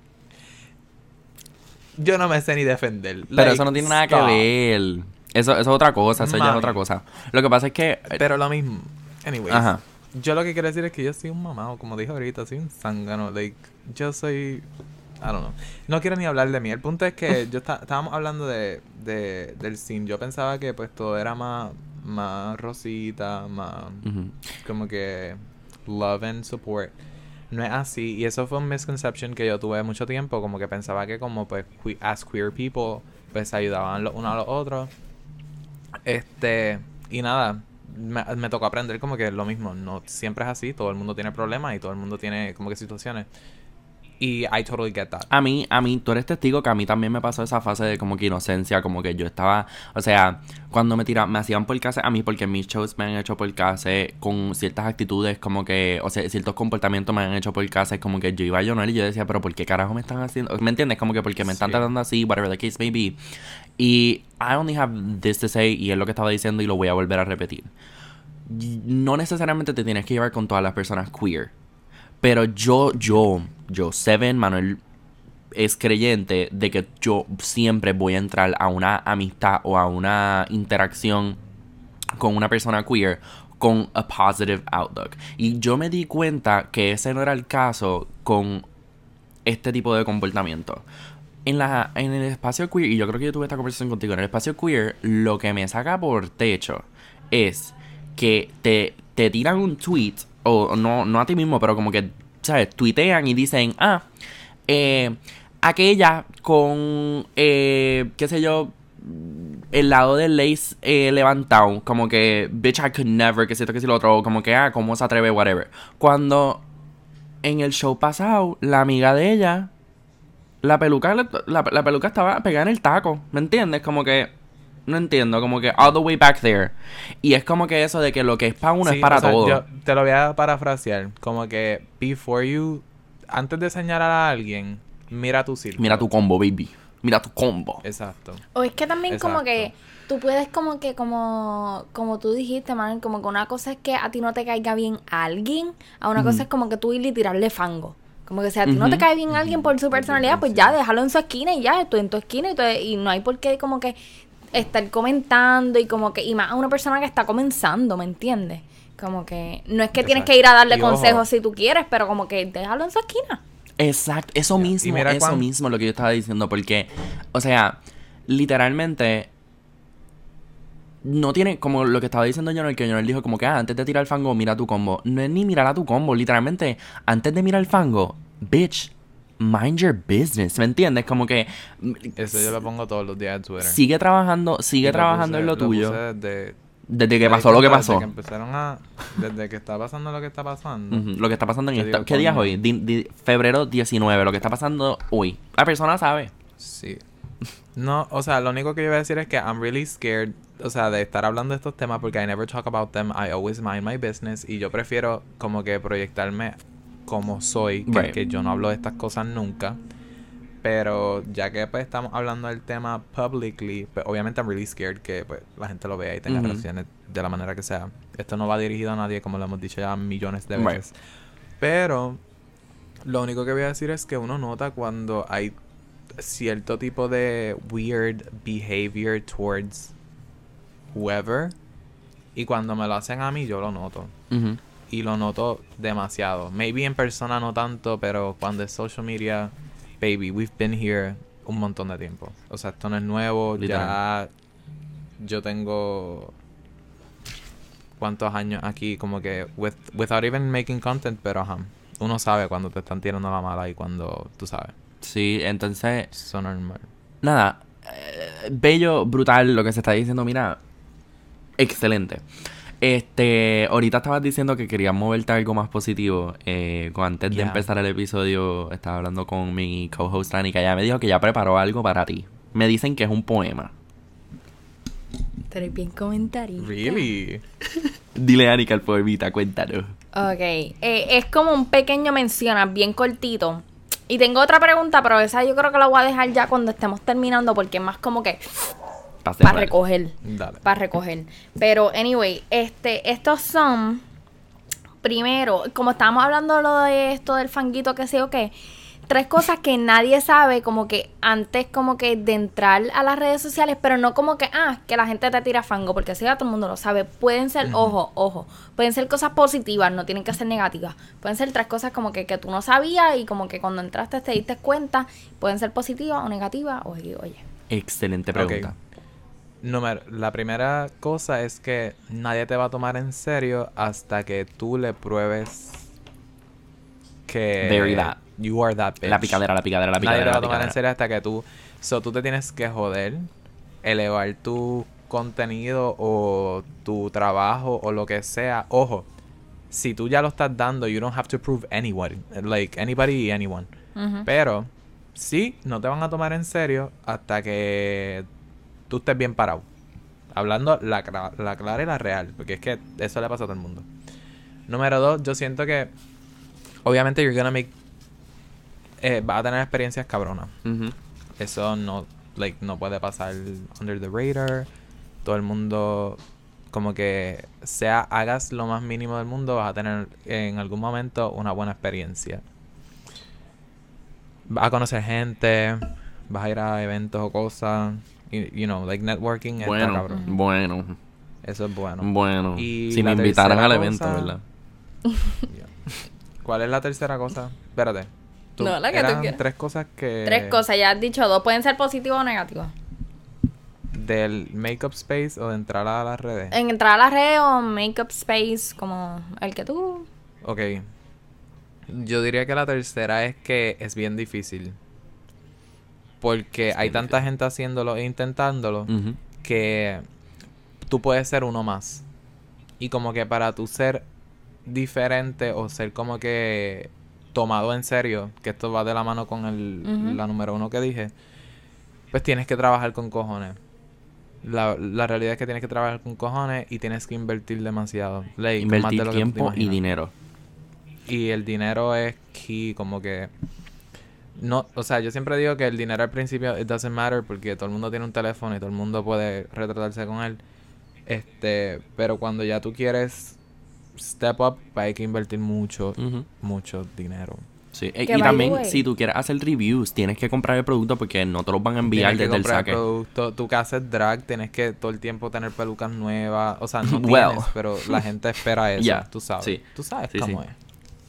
Yo no me sé ni defender. Pero Like, eso no tiene nada que stop. ver. Eso es otra cosa. Eso ya es Mami. otra cosa. Lo que pasa es que... Pero lo mismo. Anyways. Ajá. Yo lo que quiero decir es que yo soy un mamado, como dije ahorita, soy un zángano. Like, yo soy... I don't know. No quiero ni hablar de mí. El punto es que estábamos hablando del scene. Yo pensaba que pues todo era más rosita, más Ujú. como que love and support. No es así. Y eso fue un misconception que yo tuve mucho tiempo. Como que pensaba que como pues as queer people pues se ayudaban los unos a los otros. Y nada, me tocó aprender como que lo mismo. No siempre es así. Todo el mundo tiene problemas y todo el mundo tiene como que situaciones. Y I totally get that. A mí, tú eres testigo que a mí también me pasó esa fase de como que inocencia, como que yo estaba, o sea, cuando me hacían por casa a mí, porque mis shows me han hecho por casa con ciertas actitudes, como que, o sea, ciertos comportamientos me han hecho por casa, es como que yo iba a llorar y yo decía, pero ¿por qué carajo me están haciendo? ¿Me entiendes? Como que porque me están Sí. tratando así, whatever the case may be. Y I only have this to say, y es lo que estaba diciendo y lo voy a volver a repetir. No necesariamente te tienes que llevar con todas las personas queer. Pero yo, Seven, Manuel es creyente de que yo siempre voy a entrar a una amistad o a una interacción con una persona queer con a positive outlook. Y yo me di cuenta que ese no era el caso con este tipo de comportamiento. En el espacio queer, y yo creo que yo tuve esta conversación contigo, en el espacio queer, lo que me saca por techo es que te tiran un tweet, o no a ti mismo, pero como que, ¿sabes? Tuitean y dicen, aquella con, qué sé yo, el lado del lace levantado, como que, bitch, I could never, que si esto, que si lo otro, como que, cómo se atreve, whatever. Cuando en el show pasado, la amiga de ella, la peluca estaba pegada en el taco, ¿me entiendes? Como que, no entiendo, como que all the way back there. Y es como que eso de que lo que es para uno Sí, es para o sea, todo. yo te lo voy a parafrasear. Como que antes de señalar a alguien, mira tu círculo. Mira tu combo, baby. Mira tu combo. Exacto. O es que también como Exacto. que tú puedes como tú dijiste, man, como que una cosa es que a ti no te caiga bien alguien, a una cosa es como que tú ir y tirarle fango. Como que si a ti no te cae bien alguien por su personalidad, pues ya déjalo en su esquina y ya, tú en tu esquina y no hay por qué como que estar comentando y como que, y más a una persona que está comenzando, ¿me entiendes? Como que no es que tienes Exacto. que ir a darle Y ojo. consejos si tú quieres, pero como que déjalo en su esquina. Exacto, eso mismo, Y mira eso mismo lo que yo estaba diciendo, porque, o sea, literalmente, no tiene, como lo que estaba diciendo Jonel, que Jonel dijo como que, antes de tirar el fango, mira tu combo. No es ni mirar a tu combo, literalmente, antes de mirar el fango, bitch, mind your business, ¿me entiendes? Como que, Eso yo lo pongo todos los días en Twitter. sigue trabajando Y lo trabajando puse- en lo tuyo, puse desde que pasó lo que pasó. Desde que está pasando lo que está pasando. Ujú, lo que está pasando en Yo esta... digo, ¿Qué día es coño. hoy? Febrero 19, lo que está pasando hoy. La persona sabe. Sí. No, o sea, lo único que yo voy a decir es que I'm really scared, o sea, de estar hablando de estos temas porque I never talk about them. I always mind my business. Y yo prefiero como que proyectarme como soy, que, Right. que yo no hablo de estas cosas nunca. Pero ya que pues estamos hablando del tema publicly, pues obviamente I'm really scared que pues la gente lo vea y tenga Ujú. reacciones de la manera que sea. Esto no va dirigido a nadie, como lo hemos dicho ya millones de Right. veces. Pero lo único que voy a decir es que uno nota cuando hay cierto tipo de weird behavior towards whoever, y cuando me lo hacen a mí yo lo noto. Ujú. Y lo noto demasiado. Maybe en persona no tanto, pero cuando es social media, baby, we've been here un montón de tiempo. O sea, esto no es nuevo. Literal. Ya yo tengo cuántos años aquí, como que without even making content, pero ajá. Uno sabe cuando te están tirando la mala y cuando tú sabes. Sí, entonces, Eso normal. nada, bello, brutal lo que se está diciendo, mira, excelente. Ahorita estabas diciendo que querías moverte a algo más positivo. Antes de Yeah. empezar el episodio, estaba hablando con mi co-host Anika. Ella me dijo que ya preparó algo para ti. Me dicen que es un poema. Tú eres bien comentarista. Really? Dile, Anika, el poemita, cuéntanos. Ok, es como un pequeño mencionas, bien cortito. Y tengo otra pregunta, pero esa yo creo que la voy a dejar ya cuando estemos terminando, porque es más como que para recoger. Dale. Para recoger. Pero, anyway, estos son, primero, como estábamos hablando lo de esto del fanguito, que sé o qué, 3 cosas que nadie sabe, como que antes como que de entrar a las redes sociales, pero no como que, que la gente te tira fango, porque así ya todo el mundo lo sabe. Pueden ser, ojo, pueden ser cosas positivas, no tienen que ser negativas. Pueden ser 3 cosas como que tú no sabías y como que cuando entraste te diste cuenta, pueden ser positivas o negativas, oye. Excelente pregunta. La primera cosa es que nadie te va a tomar en serio hasta que tú le pruebes que Very that. you are that bitch. La picadera. Nadie te va a tomar en serio hasta que tú te tienes que joder, elevar tu contenido o tu trabajo o lo que sea. Ojo, si tú ya lo estás dando, you don't have to prove anybody y anyone. Pero sí, no te van a tomar en serio hasta que tú estés bien parado. Hablando la clara y la real, porque es que eso le pasa a todo el mundo. Número 2, yo siento que obviamente you're gonna make vas a tener experiencias cabronas. Eso no puede pasar under the radar. Todo el mundo, como que hagas lo más mínimo del mundo, vas a tener en algún momento una buena experiencia. Vas a conocer gente, vas a ir a eventos o cosas. You know, networking está cabrón. Bueno. Eso es bueno. Bueno. Y si me la invitaran al tercera evento, cosa- ¿verdad? ¿Cuál es la tercera cosa? Espérate. No, la que tú eran quieras. 3 cosas que... 3 cosas, ya has dicho 2, pueden ser positivas o negativas. Del makeup space o de entrar a las redes. En entrar a la red o makeup space, como el que tú. Ok. Yo diría que la tercera es que es bien difícil. Porque hay tanta gente haciéndolo e intentándolo que tú puedes ser uno más. Y como que para tú ser diferente o ser como que tomado en serio, que esto va de la mano con la número 1 que dije, pues tienes que trabajar con cojones. La realidad es que tienes que trabajar con cojones y tienes que invertir demasiado. Más de Invertir lo que tú te tiempo y imaginas. dinero. Y el dinero es key, como que... No, o sea, yo siempre digo que el dinero al principio it doesn't matter porque todo el mundo tiene un teléfono y todo el mundo puede retratarse con él. Pero cuando ya tú quieres step up, hay que invertir mucho dinero. Sí. Que Y by the también, way- si tú quieres hacer reviews, tienes que comprar el producto porque no te los van a enviar Tienes que desde el comprar saque. producto. Tú que haces drag, tienes que todo el tiempo tener pelucas nuevas. O sea, no Well. tienes, pero la gente espera eso. Yeah, Tú sabes. sí. Tú sabes Sí, cómo sí. es.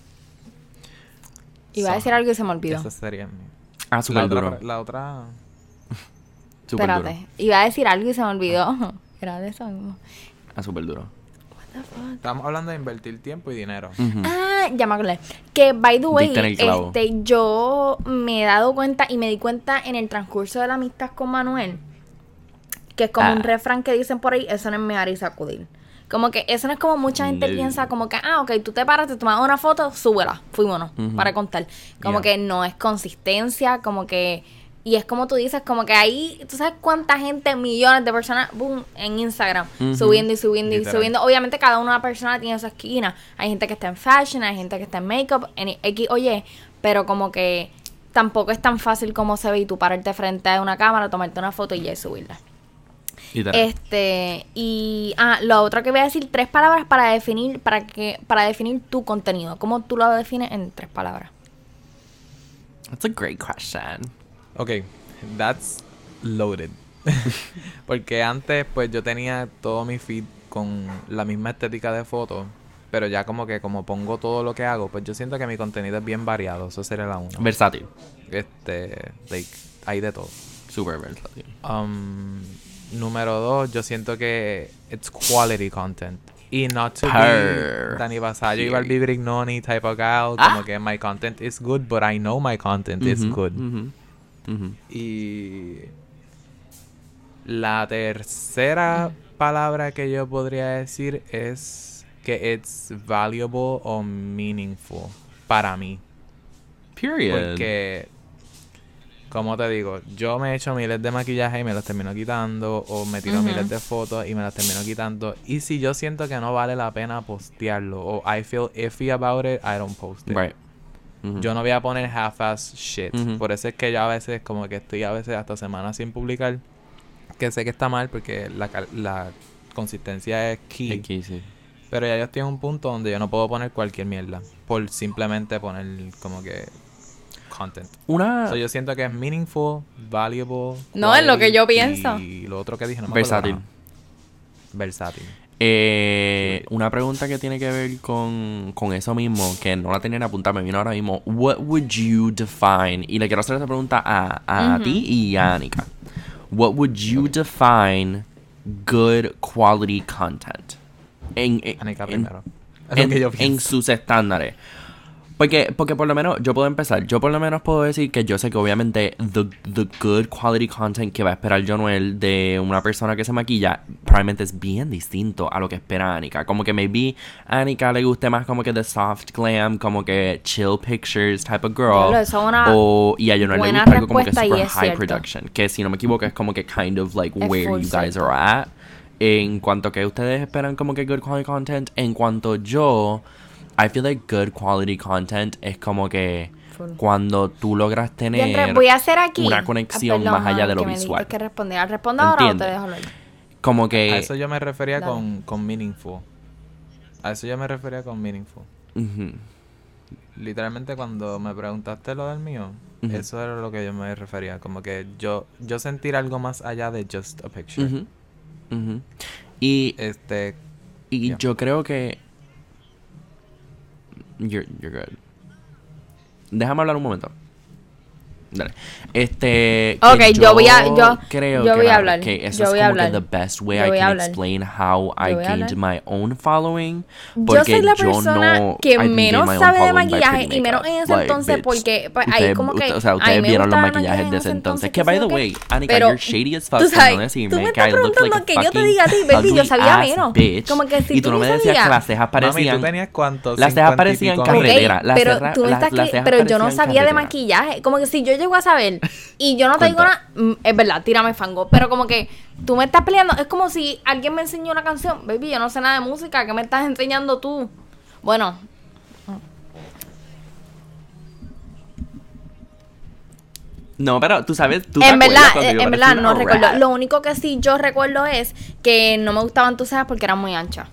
Iba a decir algo y se me olvidó. Esa sería mi... Ah, súper duro. La otra... Súper duro. Espérate, iba a decir algo y se me olvidó. Era de eso mismo. Ah, súper duro. Estamos hablando de invertir tiempo y dinero. Ujú. Ya me acordé. Que, by the way, Diste en el clavo. yo me he dado cuenta y me di cuenta en el transcurso de la amistad con Manuel, que es como un refrán que dicen por ahí, eso no es mear y sacudir. Como que eso no es como mucha gente No. piensa, como que, ok, tú te paras, te tomas una foto, súbela, fuímonos, para contar. Como Yeah. que no es consistencia, como que... Y es como tú dices, como que ahí, ¿tú sabes cuánta gente, millones de personas, boom, en Instagram, subiendo y subiendo y Literal. subiendo? Obviamente cada una persona tiene su esquina. Hay gente que está en fashion, hay gente que está en makeup, en X, oye, pero como que tampoco es tan fácil como se ve y tú pararte frente a una cámara, tomarte una foto y ya subirla. Literal. Lo otro que voy a decir, 3 palabras para definir tu contenido. ¿Cómo tú lo defines en 3 palabras? That's a great question. Ok, that's loaded. Porque antes, pues yo tenía todo mi feed con la misma estética de foto, pero ya como que como pongo todo lo que hago, pues yo siento que mi contenido es bien variado. Eso sería la 1. Versátil. Like, hay de todo. Super versátil. Número 2, yo siento que it's quality content. Y not to be Dani Vasallo y Barbie Brignoni type of gal. Como que my content is good, but I know my content is good. Y la tercera palabra que yo podría decir es que it's valuable o meaningful para mí. Period. Porque, como te digo, yo me he hecho miles de maquillaje y me los termino quitando, o me tiro miles de fotos y me las termino quitando. Y si yo siento que no vale la pena postearlo, o I feel iffy about it, I don't post it. Right. Yo no voy a poner half-ass shit. Por eso es que yo a veces, como que estoy a veces hasta semanas sin publicar. Que sé que está mal porque la consistencia es key. Aquí, sí. Pero ya yo estoy en un punto donde yo no puedo poner cualquier mierda. Por simplemente poner como que content. So, yo siento que es meaningful, valuable. No, es lo que yo pienso. Y lo otro que dije, no me versátil. acuerdo nada. Versátil. Una pregunta que tiene que ver con eso mismo, que no la tenía en apuntar, me vino ahora mismo. What would you define? Y le quiero hacer esa pregunta a ti y a Anika. What would you define good quality content? Anika primero. Es lo que yo pienso. En sus estándares. Porque por lo menos yo puedo empezar. Yo por lo menos puedo decir que yo sé que obviamente the good quality content que va a esperar Jonuel de una persona que se maquilla probablemente es bien distinto a lo que espera Anika. Como que maybe a Anika le guste más como que the soft glam, como que chill pictures type of girl. Y a Jonuel le gusta algo como que super high production. Que si no me equivoco es como que kind of like where you guys are at. En cuanto que ustedes esperan como que good quality content. En cuanto yo... I feel like good quality content es como que cuando tú logras tener voy a hacer aquí una conexión más allá de lo visual. Que responder. ¿Respondo ahora o te dejo hablar? Como que... A eso yo me refería con meaningful. A eso yo me refería con meaningful. Literalmente cuando me preguntaste lo del mío, eso era lo que yo me refería. Como que yo sentir algo más allá de just a picture. Y yeah. yo creo que You're good. Déjame hablar un momento. Dale. Yo voy a hablar. Que eso es como que the best way I can explain how I gained my own following. Yo soy la persona que menos sabe de maquillaje y menos en ese entonces porque pues, ahí como que o sea, ustedes vieron los maquillajes de ese entonces. Que by the way, Anika, you're shady as fuck por no decirme que I look like a que yo te diga a ti, baby, yo sabía menos. Bitch. Como que si y tú no me decías que las cejas parecían. Mami, ¿tú tenías cuántos? Las cejas parecían carretera. Pero yo no sabía de maquillaje. Como que si yo llego a saber y yo no te digo nada, es verdad, tírame fango. Pero como que tú me estás peleando, es como si alguien me enseñó una canción. Baby, yo no sé nada de música, ¿qué me estás enseñando tú? Bueno. No, pero tú sabes, en verdad no recuerdo. Lo único que sí yo recuerdo es que no me gustaban tus cejas porque eran muy anchas.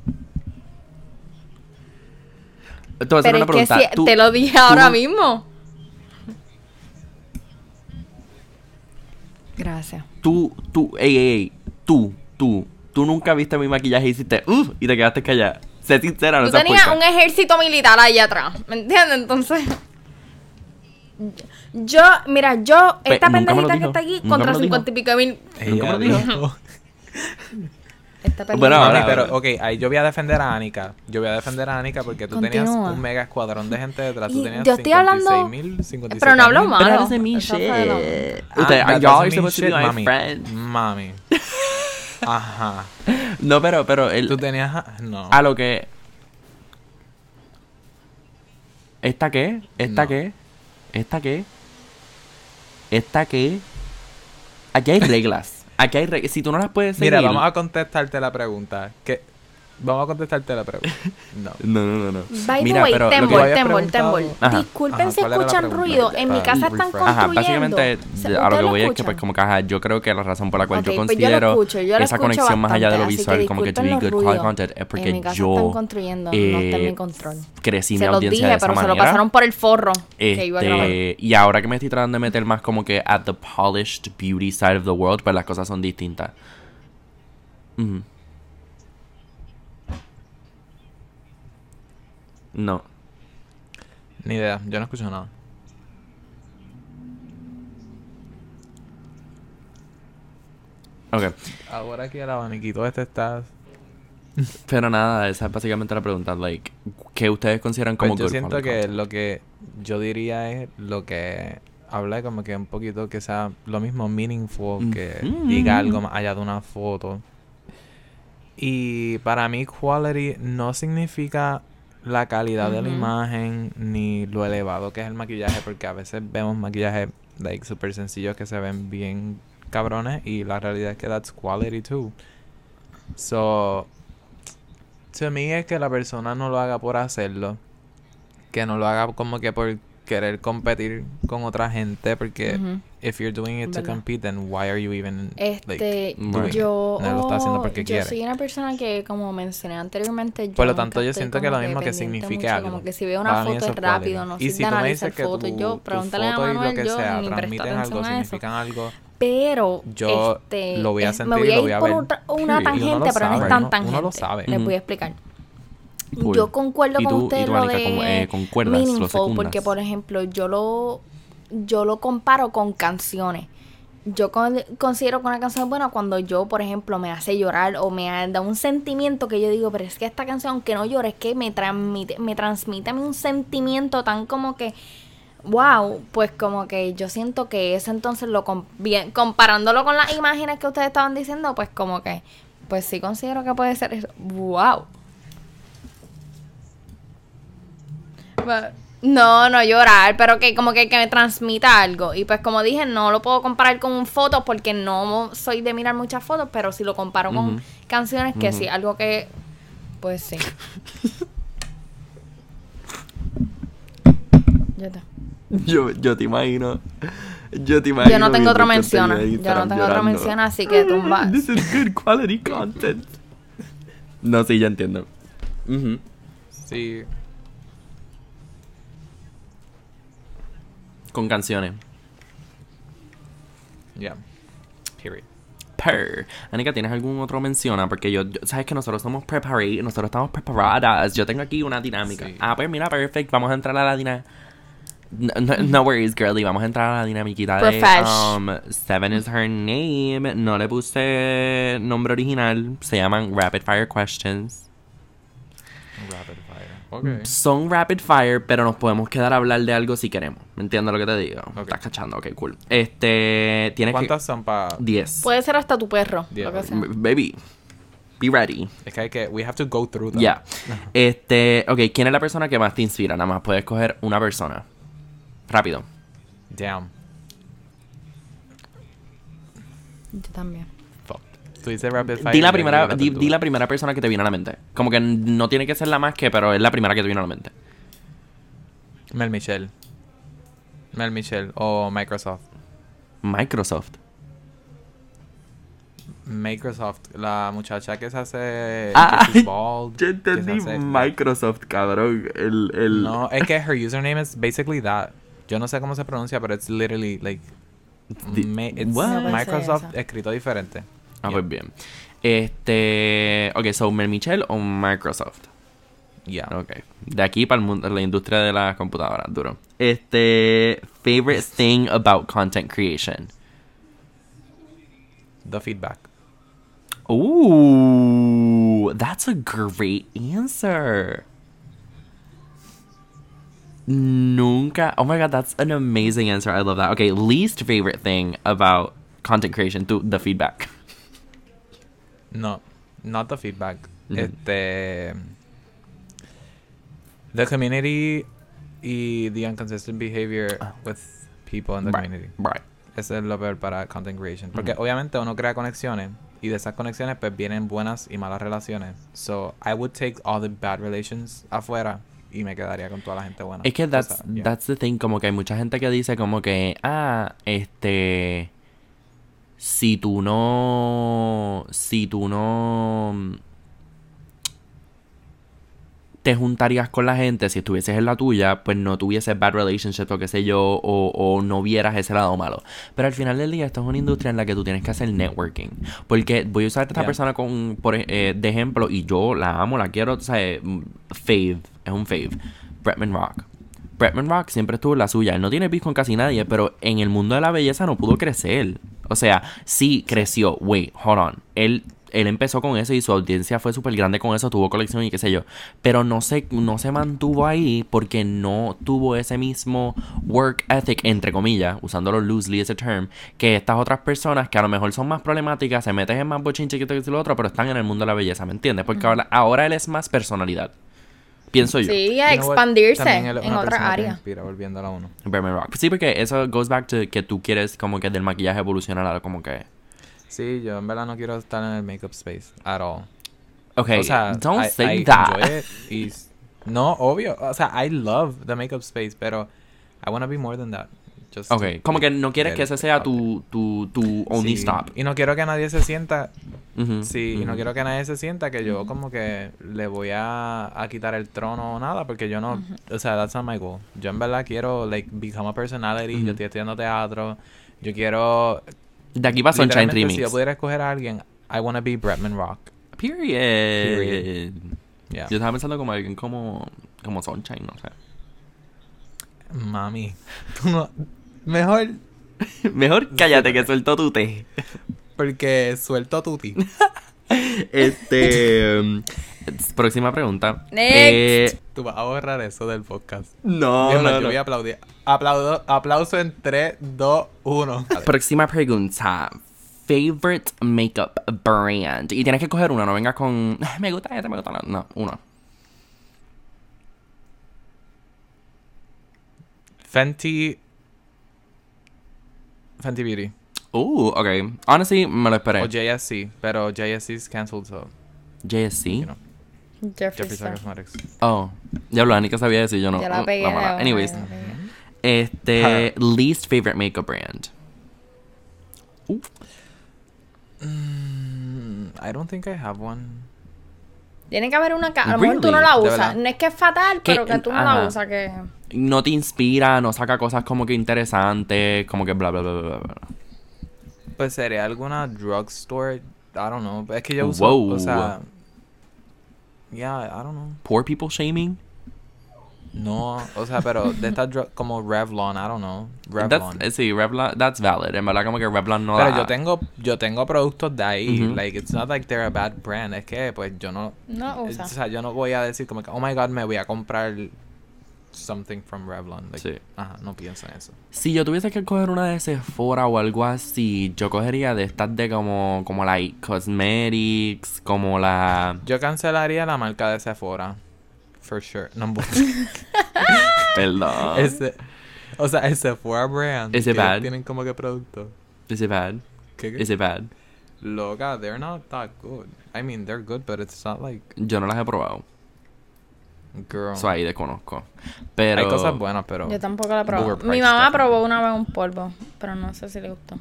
Pero es que si te lo dije ahora mismo. Gracias. Tú nunca viste mi maquillaje y hiciste y te quedaste callada. Sé sincera, no tú seas tenías puerca. un ejército militar ahí atrás, ¿me entiendes? Entonces esta pendejita que está aquí contra 50 y pico de mil. Nunca me lo dijo. Bueno, ahora, pero ahí yo voy a defender a Anika. Porque tú tenías un mega escuadrón de gente detrás. Tú tenías 56,000, pero no hablo malo. That isn't me shit. Y'all are supposed to be my friends. Mami. Ajá. No, pero tú tenías... No. A lo que... ¿Esta qué? Aquí hay reglas. Si tú no las puedes seguir... Mira, vamos a contestarte la pregunta. No. By the way, Tembol. Disculpen si escuchan ruido. En mi casa están construyendo. Básicamente, a lo que voy es que pues como que yo creo que la razón por la cual yo considero esa conexión más allá de lo visual, como que to be good quality content, es porque yo están construyendo, no está en mi control. Crecí mi audiencia de esa manera. Se lo pasaron por el forro que iba a grabar. Y ahora que me estoy tratando de meter más como que at the polished beauty side of the world, pues las cosas son distintas. No. Ni idea, yo no escucho nada. Ok. Ahora que el abaniquito está... Pero nada, esa es básicamente la pregunta. Like, ¿qué ustedes consideran como Pues yo good siento quality que content? lo que yo diría es lo que habla como que un poquito que sea lo mismo meaningful, que diga algo más allá de una foto. Y para mí quality no significa la calidad de la imagen ni lo elevado que es el maquillaje, porque a veces vemos maquillajes like súper sencillos que se ven bien cabrones y la realidad es que that's quality too. So, to me es que la persona no lo haga por hacerlo, que no lo haga como que por querer competir con otra gente, porque if you're doing it to ¿Verdad? compete, then why are you even like doing it? Yo, No lo está haciendo porque yo quiere. soy una persona que, como mencioné anteriormente, yo Por lo nunca tanto, yo estoy siento que como lo mismo que pendiente signifique mucho, algo. como que si veo una Para mí foto eso es es quality. rápido, no Y soy si de tú me analizar dices que fotos. Yo, tu pregúntale a foto y lo Manuel, que yo sea ni presto transmiten atención algo, a eso. significan algo, Pero, yo lo voy a me sentir voy y a lo ir voy a por ver. una Period. Y uno tangente, lo pero no sabe, es tan uno tangente. lo sabe. Les voy a explicar. Cool. Yo concuerdo ¿Y con tú, usted y tú, lo Anika, de concuerdas, lo meaningful, secundas? porque por ejemplo yo lo comparo con canciones. Yo considero que una canción es buena cuando yo, por ejemplo, me hace llorar o da un sentimiento que yo digo, pero es que esta canción, aunque no llore, es que me transmite a mí un sentimiento tan como que, wow, pues como que yo siento que eso entonces comparándolo con las imágenes que ustedes estaban diciendo, pues como que, pues sí considero que puede ser eso. Wow. No llorar, pero que como que me transmita algo. Y pues como dije, no lo puedo comparar con fotos porque no soy de mirar muchas fotos, pero si lo comparo con canciones, que sí, algo que, pues sí. Yo te imagino. Yo no tengo otra mención. Yo no tengo otra mención, así que tumba. This is good quality content. No, sí, ya entiendo. Sí. Con canciones. Yeah. Period. Anika, ¿tienes algún otro menciona? Porque sabes que nosotros nosotros estamos preparadas. Yo tengo aquí una dinámica. Sí. Pues mira, perfect. Vamos a entrar a la dinámica. No worries, girly. Vamos a entrar a la dinamiquita de Seven is her name. No le puse nombre original. Se llaman Rapid Fire Questions. Rapid fire. Okay. Son rapid fire, pero nos podemos quedar a hablar de algo si queremos. ¿Me entiendes lo que te digo? Okay. Estás cachando, ok, cool. Tienes ¿Cuántas son para...? 10. Puede ser hasta tu perro, Yeah. lo que sea. Baby, be ready. Es que hay que... We have to go through them. Ya. Ok, ¿quién es la persona que más te inspira? Nada más puedes escoger una persona. Rápido. Damn. Yo también. Fuck. Tú dices rapid fire. Di la yo primera, digo di, rapid di la primera persona que te viene a la mente. Como que no tiene que ser la más que, pero es la primera que te viene a la mente. Mel Michelle o Microsoft. Microsoft. Microsoft, la muchacha que se hace... Ah, que es bald, yo que se entendí hace- Microsoft, cabrón. No, es que her username is basically that. Yo no sé cómo se pronuncia, pero it's literally like... it's What? No pensé Microsoft eso. escrito diferente. Ah, Yeah. pues bien. Ok, so Mel Michelle o Microsoft. Yeah. Ok. De aquí para el mundo, la industria de las computadoras, duro. Favorite thing about content creation. The feedback. Ooh, that's a great answer. Nunca. Oh my god, that's an amazing answer. I love that. Okay, least favorite thing about content creation, the feedback. No, not the feedback. Mhm. The community y the inconsistent behavior with people in the community. Right. Eso es lo peor para content creation. Porque obviamente uno crea conexiones y de esas conexiones pues vienen buenas y malas relaciones. So, I would take all the bad relations afuera y me quedaría con toda la gente buena. Es que O that's sea, yeah. the thing, como que hay mucha gente que dice como que, si tú no te juntarías con la gente, si estuvieses en la tuya, pues no tuvieses bad relationships o qué sé yo, o no vieras ese lado malo. Pero al final del día, esto es una industria en la que tú tienes que hacer networking. Porque voy a usar a esta Yeah. persona de ejemplo, y yo la amo, la quiero, ¿sabes? Faith. es un fave. Bretman Rock. Bretman Rock siempre estuvo en la suya. Él no tiene beef con casi nadie, pero en el mundo de la belleza no pudo crecer. O sea, sí creció. Wait, hold on. Él empezó con eso y su audiencia fue súper grande con eso, tuvo colección y qué sé yo. Pero no se mantuvo ahí porque no tuvo ese mismo work ethic, entre comillas, usándolo loosely ese term, que estas otras personas que a lo mejor son más problemáticas, se meten en más bochinche que lo otro, pero están en el mundo de la belleza, ¿me entiendes? Porque ahora él es más personalidad. Pienso yo. Sí, a expandirse También él es en una otra persona que área. me inspira, volviendo a la 1. Bretman Rock. Sí, porque eso goes back to que tú quieres como que del maquillaje evolucionar a como que... Sí, yo en verdad no quiero estar en el makeup space at all. Okay, O sea, don't say I that. enjoy it y no, obvio. O sea, I love the makeup space, pero I want to be more than that. Just Okay, como que no quieres que ese sea tu only Sí, stop. y no quiero que nadie se sienta... Ujú, Sí, y no ujú. quiero que nadie se sienta que yo como que le voy a quitar el trono o nada, porque yo no... O sea, that's not my goal. Yo en verdad quiero, like, become a personality. Yo estoy estudiando teatro. Yo quiero... De aquí para Sunshine Literalmente, Remix. si yo pudiera escoger a alguien, I want to be Bretman Rock. Period. Yeah. Yo estaba pensando como alguien como Sunshine, no sé. Mami, tú no... Mejor Mejor cállate que suelto tu té. porque suelto tuti. Próxima pregunta. Next. Tú vas a borrar eso del podcast. No, Es más, no, yo no. voy a aplaudir. Aplauso en 3, 2, 1. Próxima pregunta. Favorite makeup brand. Y tienes que coger una, no vengas con... Me gusta esta, me gusta la... No, una. Fenty Beauty. Okay. Honestly, me lo esperé. O JSC, pero JSC is cancelled, so, JSC. you know. Jeffree Jeffree Star. Cosmetics. Oh. Diablo, Anika sabía decir, yo no. Yo la pegué. mala. de Anyways. una, la pegué. Least favorite makeup brand. I don't think I have one. Tiene que haber una que a lo mejor tú no Really? la ¿De usas. verdad? No es que es fatal, pero que tú no Ajá. la usas. Que... No te inspira, no saca cosas como que interesantes, como que bla, bla, bla, bla, bla, bla. Pues sería alguna drugstore. I don't know. Es que yo uso, Wow. o sea... Yeah, I don't know. Poor people shaming. No, o sea, pero de estas como Revlon, I don't know. Revlon. Sí, Revlon, that's valid. En verdad como que Revlon no Pero da... yo tengo productos de ahí. Ujú. Like, it's not like they're a bad brand. Es que, pues, yo no... No O usa. sea, yo no voy a decir como que, oh my God, me voy a comprar something from Revlon. Like, Sí. Ajá, no pienso en eso. Si yo tuviese que coger una de Sephora o algo así, yo cogería de estas de como like cosmetics, como la... Yo cancelaría la marca de Sephora. For sure. No, Perdón. o sea, el Sephora brand. Is it que bad? Tienen como que producto. Is it bad? ¿Qué? Is it bad? Loca, they're not that good. I mean, they're good, but it's not like, Yo no las he probado. girl. Eso ahí desconozco. Pero... Hay cosas buenas, pero... Yo tampoco la he probado. Overpriced, Mi mamá definitely. probó una vez un polvo, pero no sé si le gustó.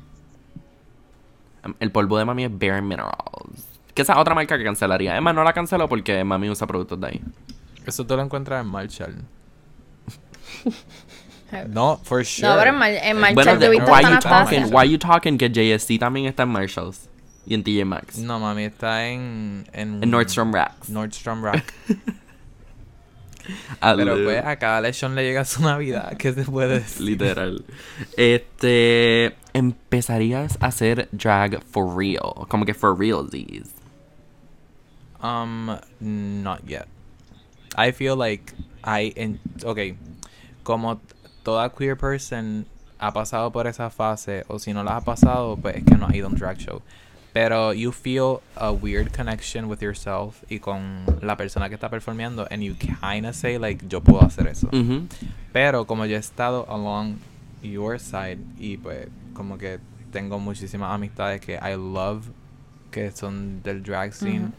El polvo de mami es Bare Minerals. Que esa es otra marca que cancelaría. Emma no la canceló porque mami usa productos de ahí. Eso tú lo encuentras en Marshall. No, for sure. No, pero en Marshall Bueno, yo he visto why hasta you Anastasia. talking? Why you talking que JSC también está en Marshalls y en TJ Maxx? No, mami, está en En Nordstrom Racks. Nordstrom Rack. A Pero little- pues a cada lechón le llega su Navidad. ¿Qué se puede decir? Literal. Empezarías a hacer drag for real. Como que for realsies. Not yet. I feel like okay, como toda queer person ha pasado por esa fase, o si no la ha pasado, pues es que no ha ido a un drag show. Pero you feel a weird connection with yourself y con la persona que está performando, and you kinda say like, yo puedo hacer eso. Ujú. Pero como yo he estado along your side y pues como que tengo muchísimas amistades que I love, que son del drag scene,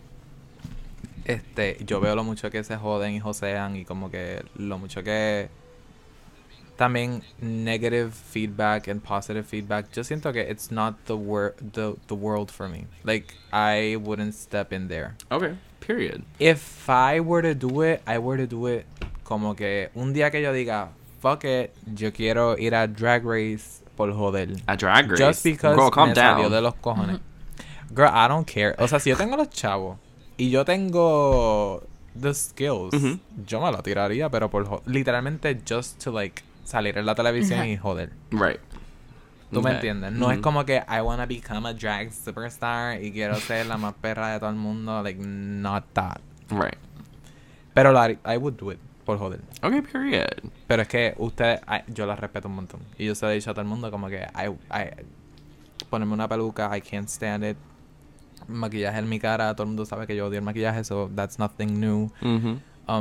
yo veo lo mucho que se joden y josean y como que lo mucho que también negative feedback and positive feedback. Yo siento que it's not the world for me. Like, I wouldn't step in there. Okay, period. If I were to do it, I were to do it como que un día que yo diga, fuck it, yo quiero ir a Drag Race por joder. A drag race. Just because Girl, calm me salió down. de los cojones. Girl, I don't care. O sea, si yo tengo los chavos y yo tengo the skills, Ujú. yo me lo tiraría, pero literalmente just to like salir en la televisión y joder. Right. ¿Tú me Okay. entiendes? No es como que I wanna become a drag superstar y quiero ser la más perra de todo el mundo. Like, not that. Right. Pero I would do it, por joder. Okay, period. Pero es que yo la respeto un montón. Y yo se lo he dicho a todo el mundo como que ponerme una peluca, I can't stand it. Maquillaje en mi cara, todo el mundo sabe que yo odio el maquillaje, so that's nothing new. Mhm.